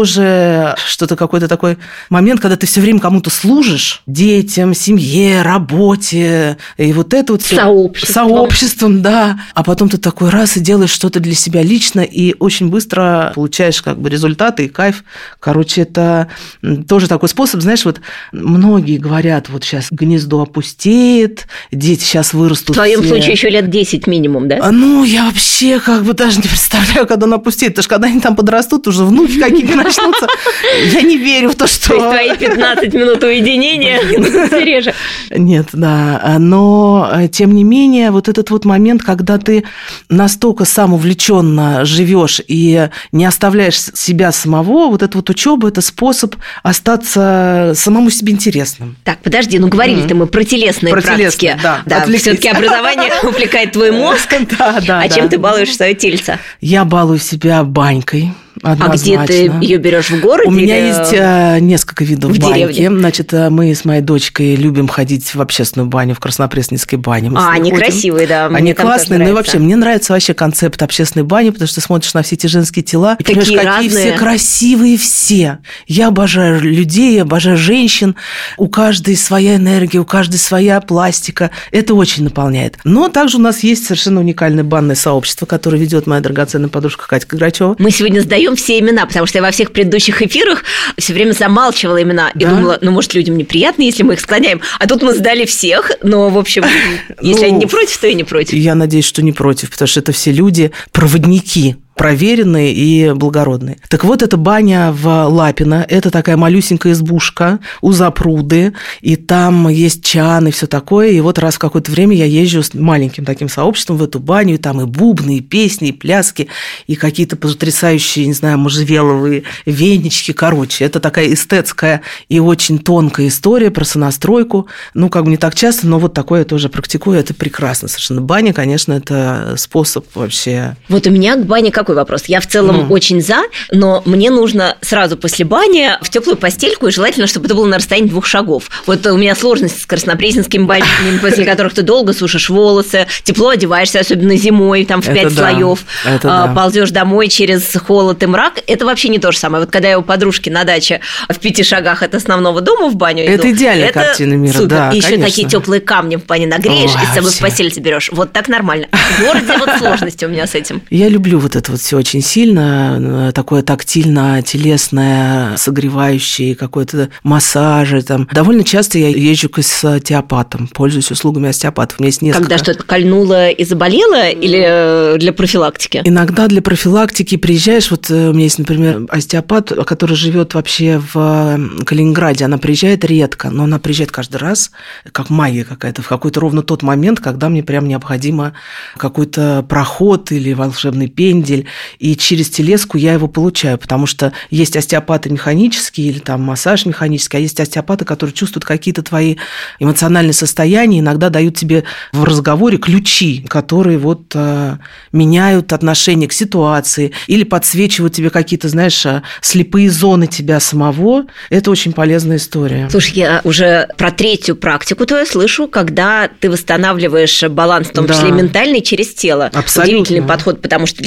тоже что-то, какой-то такой момент, когда ты все время кому-то служишь, детям, семье, работе, и вот это вот все. Сообществом. Сообществом, да. А потом ты такой раз и делаешь что-то для себя лично, и очень быстро получаешь как бы результаты и кайф. Короче, это тоже такой способ, знаешь, вот многие говорят, вот сейчас гнездо опустеет, дети сейчас вырастут. В твоем все... случае еще лет десять минимум, да? А, ну, я вообще как бы даже не представляю, когда он опустеет, потому что когда они там подрастут, уже внуки какие-то начнутся. Я не верю в то, что... То есть твои пятнадцать минут уединения реже. Нет, да. Но, тем не менее, вот этот вот момент, когда ты настолько сам увлеченно живешь и не оставляешь себя самого, вот эта вот учеба – это способ остаться самому себе интересным. Так, подожди, ну говорили-то мы про телесные про практики. Телесные, да. Да, все-таки образование увлекает твой мозг. Да, да. А чем ты балуешь свое тельце? Я балую себя банькой. Однозначно. А где ты ее берешь, в городе? У меня или... есть а, несколько видов в баньки. Деревне? Значит, мы с моей дочкой любим ходить в общественную баню, в Краснопресненской бане. Мы а, они ходим. Красивые, да. Они классные. Ну и вообще, мне нравится вообще концепт общественной бани, потому что смотришь на все эти женские тела, и такие какие разные. Все красивые все. Я обожаю людей, я обожаю женщин. У каждой своя энергия, у каждой своя пластика. Это очень наполняет. Но также у нас есть совершенно уникальное банное сообщество, которое ведет моя драгоценная подружка Катя Грачева. Мы сегодня сдаем все имена, потому что я во всех предыдущих эфирах все время замалчивала имена и да? думала, ну, может, людям неприятно, если мы их склоняем. А тут мы сдали всех, но, в общем, если ну, они не против, то и не против. Я надеюсь, что не против, потому что это все люди, проводники, проверенные и благородные. Так вот, эта баня в Лапино, это такая малюсенькая избушка у запруды, и там есть чан и все такое, и вот раз в какое-то время я езжу с маленьким таким сообществом в эту баню, и там и бубны, и песни, и пляски, и какие-то потрясающие, не знаю, можжевеловые венички, короче, это такая эстетская и очень тонкая история про сонастройку, ну, как бы не так часто, но вот такое я тоже практикую, это прекрасно совершенно. Баня, конечно, это способ вообще... Вот у меня к бане как Какой вопрос? Я в целом mm. очень за, но мне нужно сразу после бани в теплую постельку, и желательно, чтобы это было на расстоянии двух шагов. Вот у меня сложность с краснопресненскими банями, после которых ты долго сушишь волосы, тепло одеваешься, особенно зимой, там в это пять да. слоев, а, да. ползешь домой через холод и мрак. Это вообще не то же самое. Вот когда я у подружки на даче в пяти шагах от основного дома в баню это иду, идеальная это картина мира, супер. да, И еще конечно. такие теплые камни в бане нагреешь Ой, и с собой вообще. В постель заберешь. Вот так нормально. В городе вот сложности у меня с этим. Я люблю вот это вот все очень сильно, такое тактильно-телесное, согревающее, какое-то массажи. Там. Довольно часто я езжу к остеопатам, пользуюсь услугами остеопатов. У меня есть несколько... Когда что-то кольнуло и заболело или для профилактики? Иногда для профилактики приезжаешь, вот у меня есть, например, остеопат, который живет вообще в Калининграде, она приезжает редко, но она приезжает каждый раз, как магия какая-то, в какой-то ровно тот момент, когда мне прям необходимо какой-то проход или волшебный пендель, и через телеску я его получаю, потому что есть остеопаты механические или там массаж механический, а есть остеопаты, которые чувствуют какие-то твои эмоциональные состояния, иногда дают тебе в разговоре ключи, которые вот э, меняют отношение к ситуации или подсвечивают тебе какие-то, знаешь, слепые зоны тебя самого. Это очень полезная история. Слушай, я уже про третью практику твою слышу, когда ты восстанавливаешь баланс, в том числе да. ментальный, через тело. Абсолютно. Удивительный подход, потому что для меня вот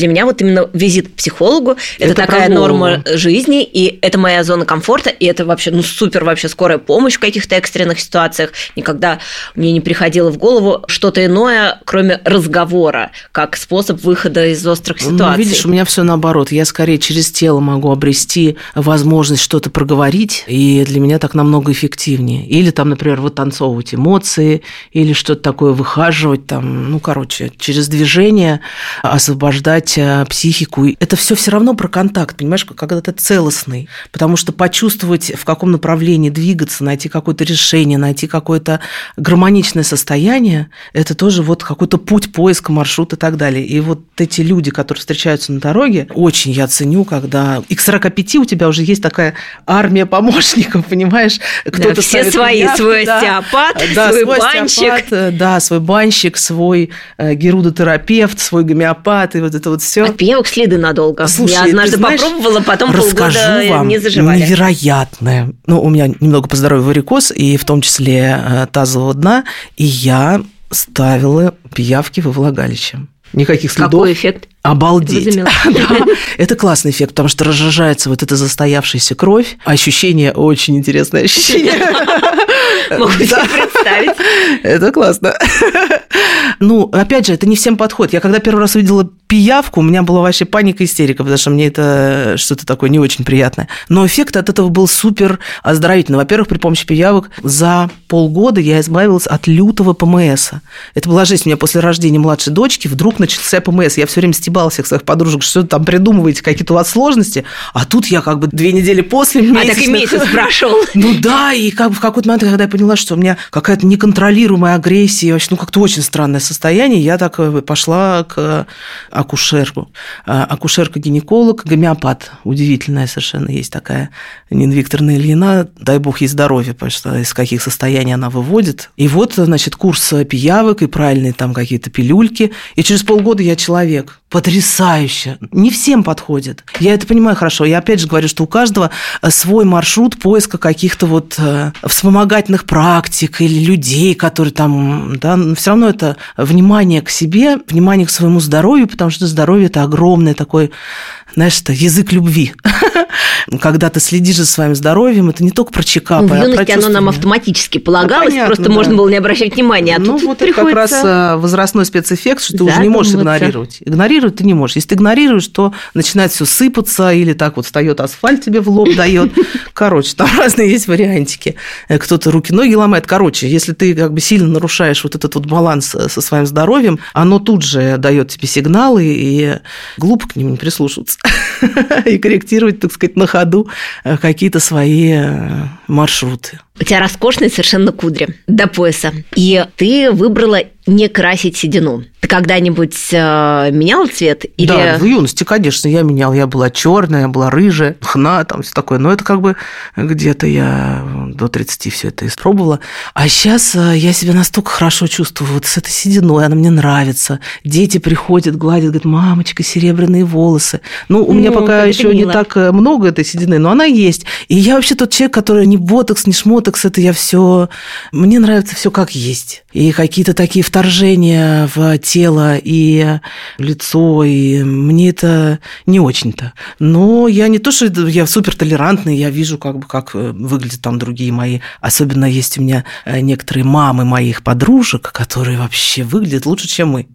именно визит к психологу, это, это такая норма жизни, и это моя зона комфорта, и это вообще, ну, супер вообще скорая помощь в каких-то экстренных ситуациях. Никогда мне не приходило в голову что-то иное, кроме разговора, как способ выхода из острых ситуаций. Ну, видишь, у меня все наоборот. Я скорее через тело могу обрести возможность что-то проговорить, и для меня так намного эффективнее. Или там, например, вытанцовывать эмоции, или что-то такое выхаживать, там, ну, короче, через движение освобождать психику. Это все все равно про контакт, понимаешь, когда ты целостный. Потому что почувствовать, в каком направлении двигаться, найти какое-то решение, найти какое-то гармоничное состояние, это тоже вот какой-то путь, поиска, маршрут и так далее. И вот эти люди, которые встречаются на дороге, очень я ценю, когда и к сорока пяти у тебя уже есть такая армия помощников, понимаешь? Кто-то да, все свои, явки, свой да, остеопат, да, свой, свой банщик. Остеопат, да, свой банщик, свой герудотерапевт, свой гомеопат, и вот это вот все. От пиявок следы надолго. Слушай, я однажды знаешь, попробовала, потом расскажу полгода вам не заживали. Невероятное. Ну, у меня немного по здоровью варикоз, и в том числе тазового дна, и я ставила пиявки во влагалище. Никаких следов. Какой эффект? Обалдеть. Да. Это классный эффект, потому что разжижается вот эта застоявшаяся кровь. Ощущение, очень интересное ощущение. Могу себе представить. Это классно. Ну, опять же, это не всем подходит. Я когда первый раз увидела пиявку, у меня была вообще паника, истерика, потому что мне это что-то такое не очень приятное. Но эффект от этого был супер оздоровительный. Во-первых, при помощи пиявок за полгода я избавилась от лютого ПМСа. Это была жизнь. У меня после рождения младшей дочки вдруг начался ПМС. Я все время стебала всех своих подружек, что там придумываете, какие-то у вас сложности, а тут я как бы две недели после месячных... А так и месяц прошел. Ну да, и как бы в какой-то момент, когда я поняла, что у меня какая-то неконтролируемая агрессия, вообще, ну как-то очень странное состояние, я так пошла к акушерку. Акушерка-гинеколог, гомеопат. Удивительная совершенно есть такая Нина Викторовна Ильина, дай бог ей здоровья, потому что из каких состояний она выводит. И вот, значит, курс пиявок и правильные там какие-то пилюльки, и через полгода я человек. Потрясающе. Не всем подходит. Я это понимаю хорошо. Я опять же говорю, что у каждого свой маршрут поиска каких-то вот вспомогательных практик или людей, которые там, да, но все равно это внимание к себе, внимание к своему здоровью, потому что здоровье – это огромный такой, знаешь, это язык любви. Когда ты следишь за своим здоровьем, это не только про чекапы, ну, в юности а про оно нам автоматически полагалось, ну, понятно, просто да. Можно было не обращать внимания. А ну, тут вот приходится... это как раз возрастной спецэффект, что ты уже не можешь игнорировать. Игнорировать ты не можешь. Если ты игнорируешь, то начинает все сыпаться, или так вот встает асфальт тебе в лоб дает. Короче, там разные есть вариантики. Кто-то руки-ноги ломает. Короче, если ты как бы сильно нарушаешь вот этот вот баланс со своим здоровьем, оно тут же дает тебе сигналы, и глупо к ним не прислушиваться. И корректировать, так сказать, на ходу какие-то свои маршруты. У тебя роскошные совершенно кудри до пояса, и ты выбрала не красить седину. Ты когда-нибудь э, меняла цвет? Или... Да, в юности, конечно, я меняла. Я была черная, я была рыжая, хна, там все такое. Но это как бы где-то я до тридцати все это испробовала. А сейчас я себя настолько хорошо чувствую вот с этой сединой, она мне нравится. Дети приходят, гладят, говорят, мамочка, серебряные волосы. Ну, у меня ну, пока еще не так много этой седины, но она есть. И я вообще тот человек, который ни ботокс, ни шмотокс, это я все... Мне нравится все как есть. И какие-то такие вторжения в тело и лицо, и мне это не очень-то. Но я не то, что я супертолерантный, я вижу, как бы, как выглядят там другие мои. Особенно есть у меня некоторые мамы моих подружек, которые вообще выглядят лучше, чем мы.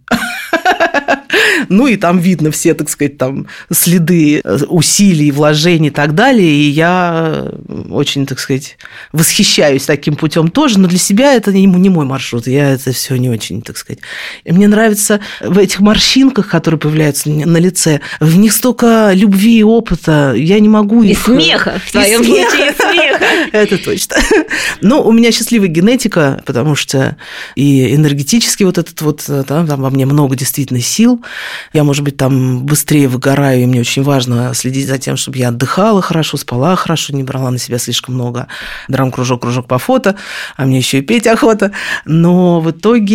Ну, и там видно все, так сказать, там следы усилий, вложений и так далее. И я очень, так сказать, восхищаюсь таким путем тоже. Но для себя это не мой маршрут. Я это все не очень, так сказать. И мне нравится в этих морщинках, которые появляются на лице, в них столько любви и опыта. Я не могу и их... смеха, в твоем случае смеха. Это точно. Но у меня счастливая генетика, потому что и энергетически вот этот вот, там во мне много действительно сил. Я, может быть, там быстрее выгораю, и мне очень важно следить за тем, чтобы я отдыхала хорошо, спала хорошо, не брала на себя слишком много драм-кружок, кружок по фото, а мне еще и петь охота. Но в итоге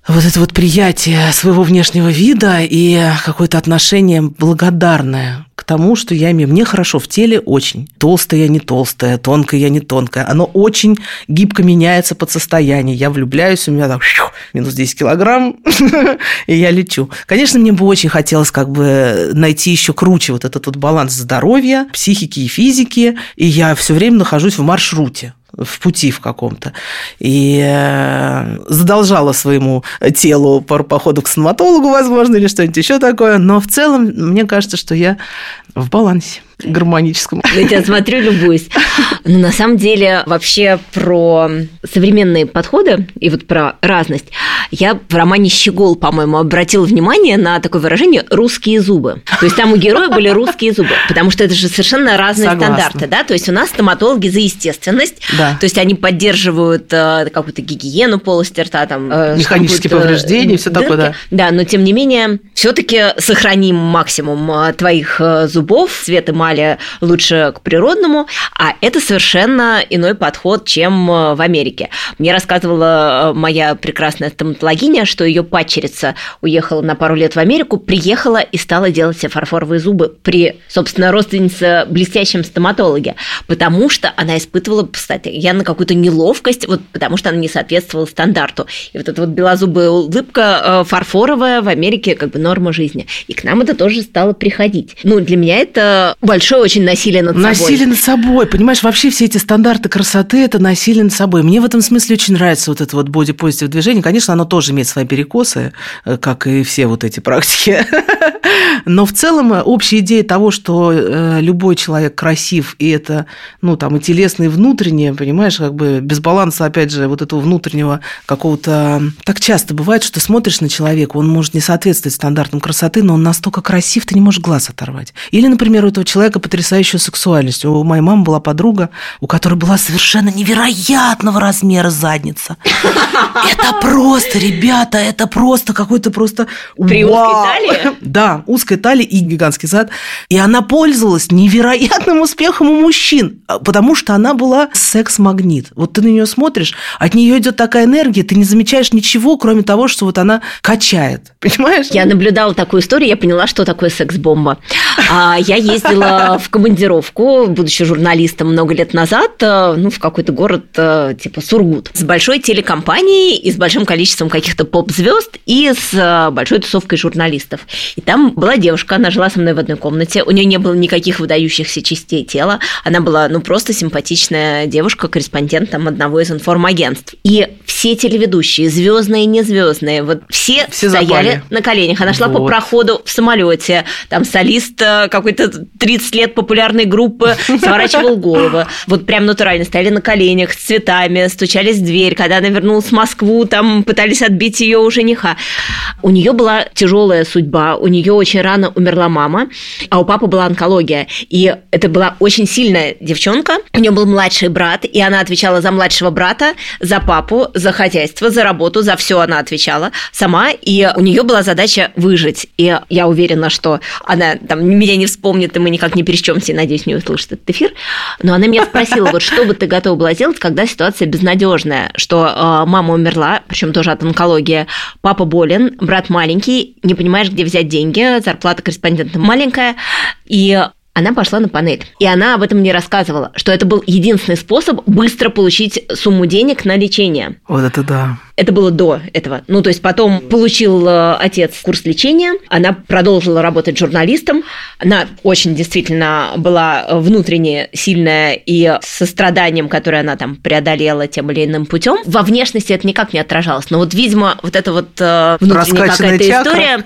вот это вот приятие своего внешнего вида и какое-то отношение благодарное к тому, что я имею. Мне хорошо в теле очень. Толстая я не толстая, тонкая я не тонкая. Оно очень гибко меняется под состояние. Я влюбляюсь, у меня там минус десять килограмм, и я лечу. Конечно, мне бы очень хотелось как бы найти еще круче вот этот вот баланс здоровья, психики и физики, и я все время нахожусь в маршруте, в пути в каком-то. И задолжала своему телу пару походов к стоматологу, возможно, или что-нибудь еще такое. Но в целом, мне кажется, что я в балансе гармоническом. Я тебя смотрю, любуюсь. Но на самом деле вообще про современные подходы и вот про разность. Я в романе «Щегол», по-моему, обратила внимание на такое выражение «русские зубы». То есть там у героя были русские зубы, потому что это же совершенно разные Согласна. стандарты. Да? То есть у нас стоматологи за естественность, да. То есть они поддерживают какую-то гигиену полости рта, там, механические повреждения, все такое, да. Да, но тем не менее, все-таки сохраним максимум твоих зубов, цвет эмали лучше к природному, а это совершенно иной подход, чем в Америке. Мне рассказывала моя прекрасная стоматологиня, что ее падчерица уехала на пару лет в Америку, приехала и стала делать себе фарфоровые зубы при, собственно, родственнице блестящем стоматологе, потому что она испытывала постоянно какую-то неловкость, вот потому что она не соответствовала стандарту. И вот эта вот белозубая улыбка фарфоровая в Америке как бы норма жизни. И к нам это тоже стало приходить. Ну, для меня это большое очень насилие над собой. Насилие над собой. Понимаешь, вообще все эти стандарты красоты – это насилие над собой. Мне в этом смысле очень нравится вот это вот бодипозитив движение. Конечно, оно тоже имеет свои перекосы, как и все вот эти практики. Но в целом общая идея того, что любой человек красив, и это, ну, там, и телесное, и внутреннее, понимаешь, как бы без баланса, опять же, вот этого внутреннего какого-то... Так часто бывает, что ты смотришь на человека, он может не соответствовать стандартам красоты, но он настолько красив, ты не можешь глаз оторвать. Или, например, у этого человека потрясающая сексуальность. У моей мамы была подруга, у которой была совершенно невероятного размера задница. Это просто, ребята, это просто какой-то просто... При узкой талии? Да, узкая талия и гигантский зад. И она пользовалась невероятным успехом у мужчин, потому что она была секс-магнит. Вот ты на нее смотришь, от нее идет такая энергия, ты не замечаешь ничего, кроме того, что вот она качает. Понимаешь? Я наблюдала такую историю, я поняла, что такое секс-бомба. Я ездила в командировку, будучи журналистом много лет назад, ну, в какой-то город типа Сургут, с большой телекомпанией и с большим количеством каких-то поп-звезд и с большой тусовкой журналистов. И там была девушка, она жила со мной в одной комнате, у нее не было никаких выдающихся частей тела, она была, ну, просто симпатичная девушка, корреспондент там одного из информагентств. И все телеведущие, звездные и незвездные, вот все, все стояли запали на коленях. Она шла вот по проходу в самолете, там солист какой-то тридцать лет популярной группы сворачивал голову. Вот прям натурально стояли на коленях с цветами, стучались в дверь. Когда она вернулась в Москву, там пытались отбить ее у жениха. У нее была тяжелая судьба, у нее очень рано умерла мама, а у папы была онкология. И это была очень сильная девчонка. У нее был младший брат, и она отвечала за младшего брата, за папу, за хозяйство, за работу, за все она отвечала сама. И у нее была задача выжить. И я уверена, что она там меня не вспомнит, и мы никак не пересечемся, и, надеюсь, не услышит этот эфир. Но она меня спросила, вот что бы ты готова была сделать, когда ситуация безнадежная, что э, мама умерла, причем тоже от онкологии, папа болен, брат маленький, не понимаешь, где взять деньги, зарплата корреспондента маленькая, и она пошла на панель. И она об этом не рассказывала, что это был единственный способ быстро получить сумму денег на лечение. Вот это да. Это было до этого. Ну, то есть потом получил отец курс лечения, она продолжила работать журналистом, она очень действительно была внутренне сильная и со страданием, которое она там преодолела тем или иным путем. Во внешности это никак не отражалось. Но вот, видимо, вот эта вот внутренняя какая-то история,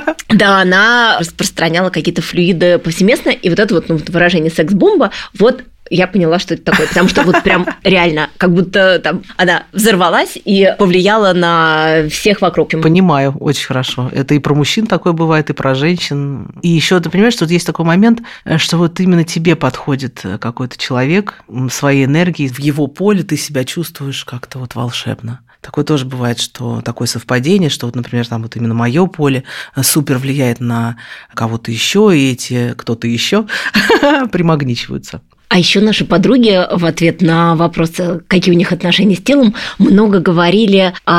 да, она распространяла какие-то флюиды повсеместно, и вот это вот, ну, выражение секс-бомба, вот я поняла, что это такое, потому что вот прям реально, как будто там она взорвалась и повлияла на всех вокруг. Понимаю, очень хорошо. Это и про мужчин такое бывает, и про женщин. И еще ты понимаешь, что вот есть такой момент, что вот именно тебе подходит какой-то человек своей энергией, в его поле ты себя чувствуешь как-то вот волшебно. Такое тоже бывает, что такое совпадение, что вот, например, там вот именно мое поле супер влияет на кого-то еще, и эти кто-то еще примагничиваются. А еще наши подруги в ответ на вопрос, какие у них отношения с телом, много говорили о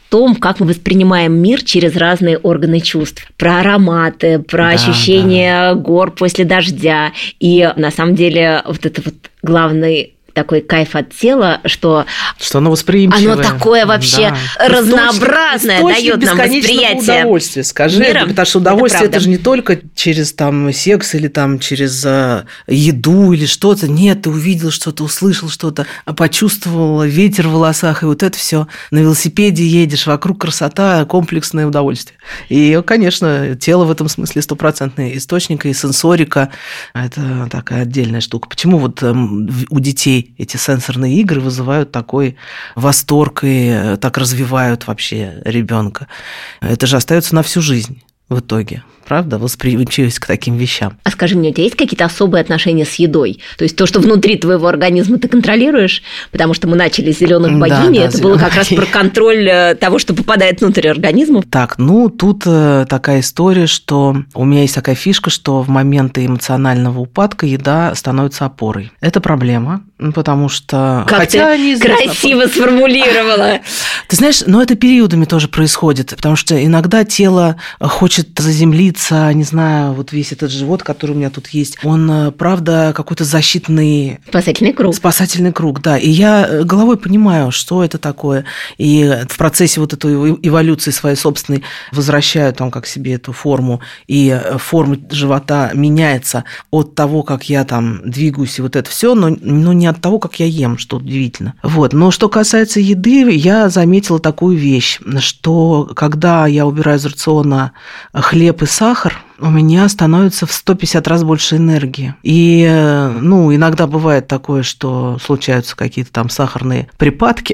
том, как мы воспринимаем мир через разные органы чувств. Про ароматы, про да, ощущение да. гор после дождя. И на самом деле вот это вот главный такой кайф от тела, что, что оно восприимчивое. Оно такое вообще да. разнообразное, дает нам восприятие удовольствия, скажи. мира. Потому что удовольствие это, это же не только через там, секс или там, через а, еду или что-то. Нет, ты увидел что-то, услышал что-то, почувствовал ветер в волосах, и вот это все. На велосипеде едешь, вокруг красота, комплексное удовольствие. И, конечно, тело в этом смысле стопроцентный источник, и сенсорика – это такая отдельная штука. Почему вот у детей эти сенсорные игры вызывают такой восторг и так развивают вообще ребенка? Это же остается на всю жизнь в итоге. Правда, восприимчивость к таким вещам. А скажи мне, у тебя есть какие-то особые отношения с едой? То есть то, что внутри твоего организма ты контролируешь? Потому что мы начали с зеленых богинь, да, да, это было как раз про контроль того, что попадает внутрь организма. Так, ну тут такая история, что у меня есть такая фишка, что в моменты эмоционального упадка еда становится опорой. Это проблема, потому что... Как Хотя ты красиво сформулировала. Ты знаешь, но это периодами тоже происходит, потому что иногда тело хочет заземлиться, не знаю, вот весь этот живот, который у меня тут есть, он, правда, какой-то защитный... Спасательный круг. Спасательный круг, да. И я головой понимаю, что это такое. И в процессе вот этой эволюции своей собственной возвращаю там как себе эту форму, и форма живота меняется от того, как я там двигаюсь, и вот это все, но, но не от того, как я ем, что удивительно. Вот. Но что касается еды, я заметила такую вещь, что когда я убираю из рациона хлеб и сахар, у меня становится в сто пятьдесят раз больше энергии. И, ну, иногда бывает такое, что случаются какие-то там сахарные припадки.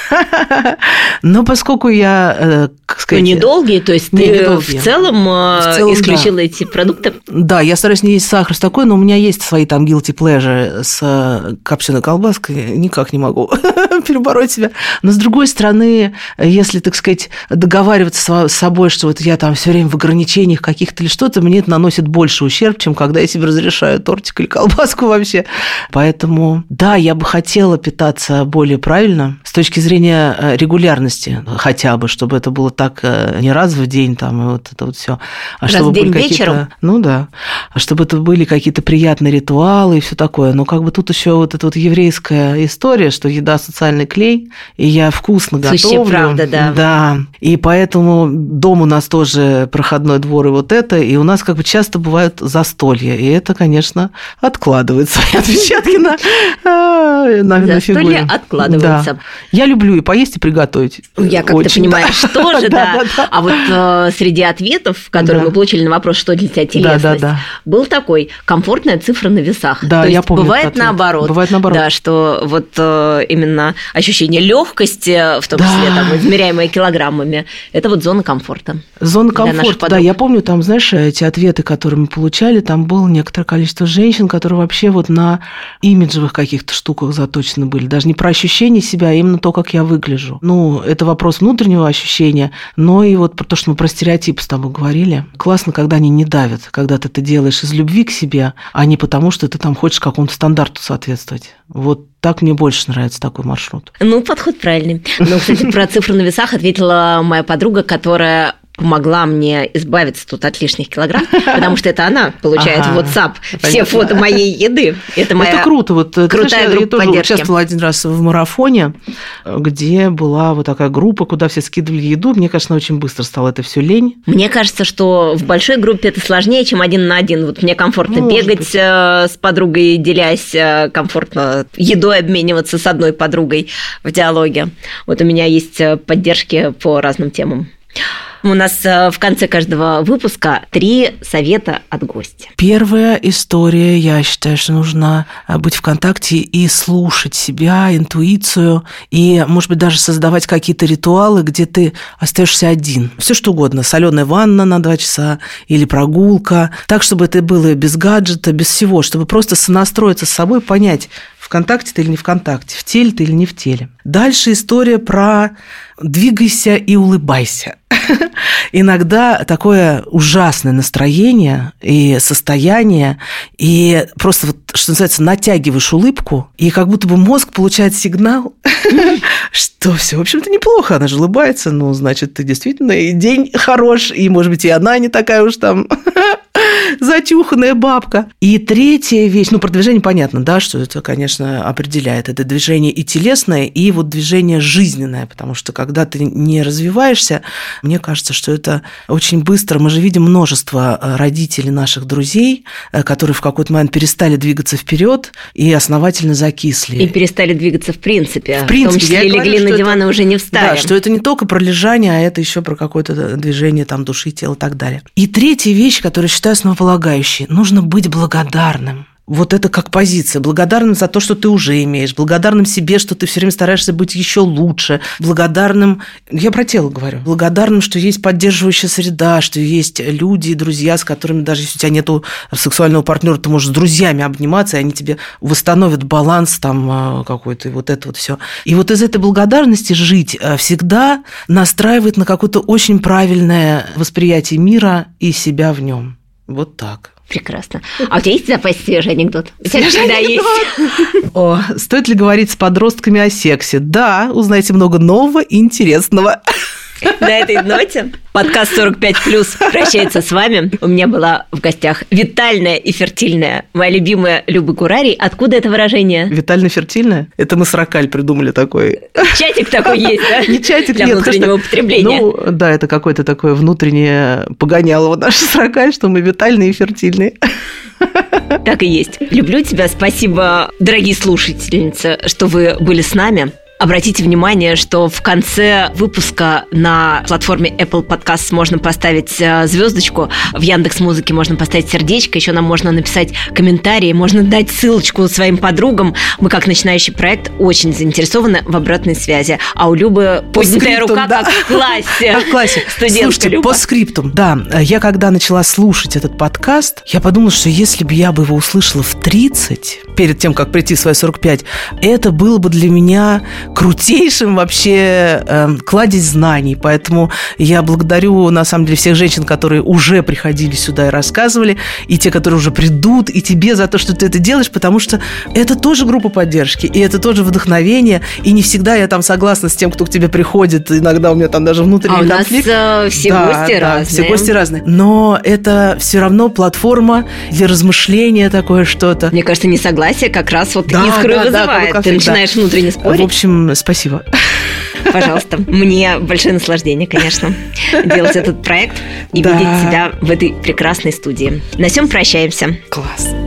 Но поскольку я, как сказать... Ну, недолгие, то есть ты недолгие. в целом, в целом исключила да. эти продукты? Да, я стараюсь не есть сахар с такой, но у меня есть свои там guilty pleasure с копченой колбаской, никак не могу перебороть себя. Но, с другой стороны, если, так сказать, договариваться с собой, что вот я там все время в ограничениях каких-то или что-то, мне это наносит больше ущерб, чем когда я себе разрешаю тортик или колбаску вообще. Поэтому, да, я бы хотела питаться более правильно с точки зрения регулярности хотя бы, чтобы это было так не раз в день, там, и вот это вот все. А раз чтобы в день были вечером? Ну да. А чтобы это были какие-то приятные ритуалы и все такое. Но как бы тут еще вот эта вот еврейская история, что еда социальный клей, и я вкусно готовлю. Сущая правда, да. Да. И поэтому дом у нас тоже проходной двор и вот это, и у нас как бы часто бывают застолья, и это, конечно, откладывает свои отпечатки на, на, на фигуре. Застолья откладываются. Да. Я люблю и поесть, и приготовить. Я, как Очень, ты понимаешь, да. тоже, да. да, да, да. А вот э, среди ответов, которые да. мы получили на вопрос, что для тебя телесность, да, да, да. был такой: комфортная цифра на весах. Да, То я есть помню. Бывает наоборот. Бывает наоборот. Да, что вот э, именно ощущение легкости, в том да. числе там, измеряемое килограммами, это вот зона комфорта. Зона комфорта, да. Я помню, там, знаешь, эти ответы, которые мы получали, там было некоторое количество женщин, которые вообще вот на имиджевых каких-то штуках заточены были. Даже не про ощущение себя, а именно то, как я выгляжу. Ну, это вопрос внутреннего ощущения, но и вот про то, что мы про стереотипы с тобой говорили. Классно, когда они не давят, когда ты это делаешь из любви к себе, а не потому, что ты там хочешь какому-то стандарту соответствовать. Вот так мне больше нравится такой маршрут. Ну, подход правильный. Но, кстати, про цифры на весах ответила моя подруга, которая помогла мне избавиться тут от лишних килограмм, потому что это она получает ага, в WhatsApp понятно. Все фото моей еды. Это моя это круто. Вот, крутая знаешь, группа я тоже поддержки. Участвовала один раз в марафоне, где была вот такая группа, куда все скидывали еду. Мне, конечно, очень быстро стало это все лень. Мне кажется, что в большой группе это сложнее, чем один на один. Вот мне комфортно Может бегать быть. с подругой, делясь, комфортно едой обмениваться с одной подругой в диалоге. Вот у меня есть поддержки по разным темам. У нас в конце каждого выпуска три совета от гостя. Первая история, я считаю, что нужно быть в контакте и слушать себя, интуицию, и, может быть, даже создавать какие-то ритуалы, где ты остаешься один. Все что угодно. Соленая ванна на два часа или прогулка. Так, чтобы это было без гаджета, без всего, чтобы просто сонастроиться с собой, понять, ВКонтакте ты или не ВКонтакте, в теле ты или не в теле. Дальше история про двигайся и улыбайся. Иногда такое ужасное настроение и состояние, и просто, вот, что называется, натягиваешь улыбку, и как будто бы мозг получает сигнал, что все, в общем-то, неплохо, она же улыбается, ну, значит, ты действительно, и день хорош, и, может быть, и она не такая уж там зачуханная бабка. И третья вещь, ну, про движение понятно, да, что это, конечно, определяет. Это движение и телесное, и вот движение жизненное, потому что когда ты не развиваешься, мне кажется, что это очень быстро. Мы же видим множество родителей наших друзей, которые в какой-то момент перестали двигаться вперед и основательно закисли. И перестали двигаться в принципе. В принципе, в том числе я легли говорю, на диван и уже не встали. Да, что это не только про лежание, а это еще про какое-то движение там, души, тела и так далее. И третья вещь, которую считаю основополагающей, нужно быть благодарным. Вот это как позиция. Благодарным за то, что ты уже имеешь, благодарным себе, что ты все время стараешься быть еще лучше, благодарным, я про тело говорю, благодарным, что есть поддерживающая среда, что есть люди и друзья, с которыми даже если у тебя нету сексуального партнера, ты можешь с друзьями обниматься, и они тебе восстановят баланс там какой-то, и вот это вот все. И вот из этой благодарности жить всегда настраивает на какое-то очень правильное восприятие мира и себя в нем. Вот так. Прекрасно. А у тебя есть в запасе свежий анекдот? У тебя всегда есть. О, стоит ли говорить с подростками о сексе? Да, узнаете много нового и интересного. На этой ноте подкаст сорок пять плюс прощается с вами. У меня была в гостях витальная и фертильная, моя любимая Люба Курари. Откуда это выражение? Витально-фертильная? Это мы с Ракаль придумали такой. Чатик такой есть, да? Не чатик, для нет, внутреннего конечно, употребления. Ну, да, это какое-то такое внутреннее погоняло наше с Ракаль, что мы витальные и фертильные. Так и есть. Люблю тебя. Спасибо, дорогие слушательницы, что вы были с нами. Обратите внимание, что в конце выпуска на платформе Apple Podcasts можно поставить звездочку, в Яндекс.Музыке можно поставить сердечко, еще нам можно написать комментарии, можно дать ссылочку своим подругам. Мы, как начинающий проект, очень заинтересованы в обратной связи. А у Любы поднятая рука, да, как в классе. Как в классе. Студентка Слушайте, Люба. по скриптум, да. Я когда начала слушать этот подкаст, я подумала, что если бы я бы его услышала в тридцать, перед тем, как прийти в свои сорок пять, это было бы для меня крутейшим вообще э, кладезь знаний. Поэтому я благодарю, на самом деле, всех женщин, которые уже приходили сюда и рассказывали, и те, которые уже придут, и тебе за то, что ты это делаешь, потому что это тоже группа поддержки, и это тоже вдохновение, и не всегда я там согласна с тем, кто к тебе приходит, иногда у меня там даже внутренний а конфликт. у нас э, все да, гости да, разные. все гости разные. Но это все равно платформа для размышления, такое что-то. Мне кажется, несогласие как раз вот Да, искру да, да, вызывает. как Ты всегда. начинаешь внутренне спорить. В общем, спасибо. Пожалуйста. Мне большое наслаждение, конечно, делать этот проект и Да. видеть тебя в этой прекрасной студии. На всем прощаемся. Класс.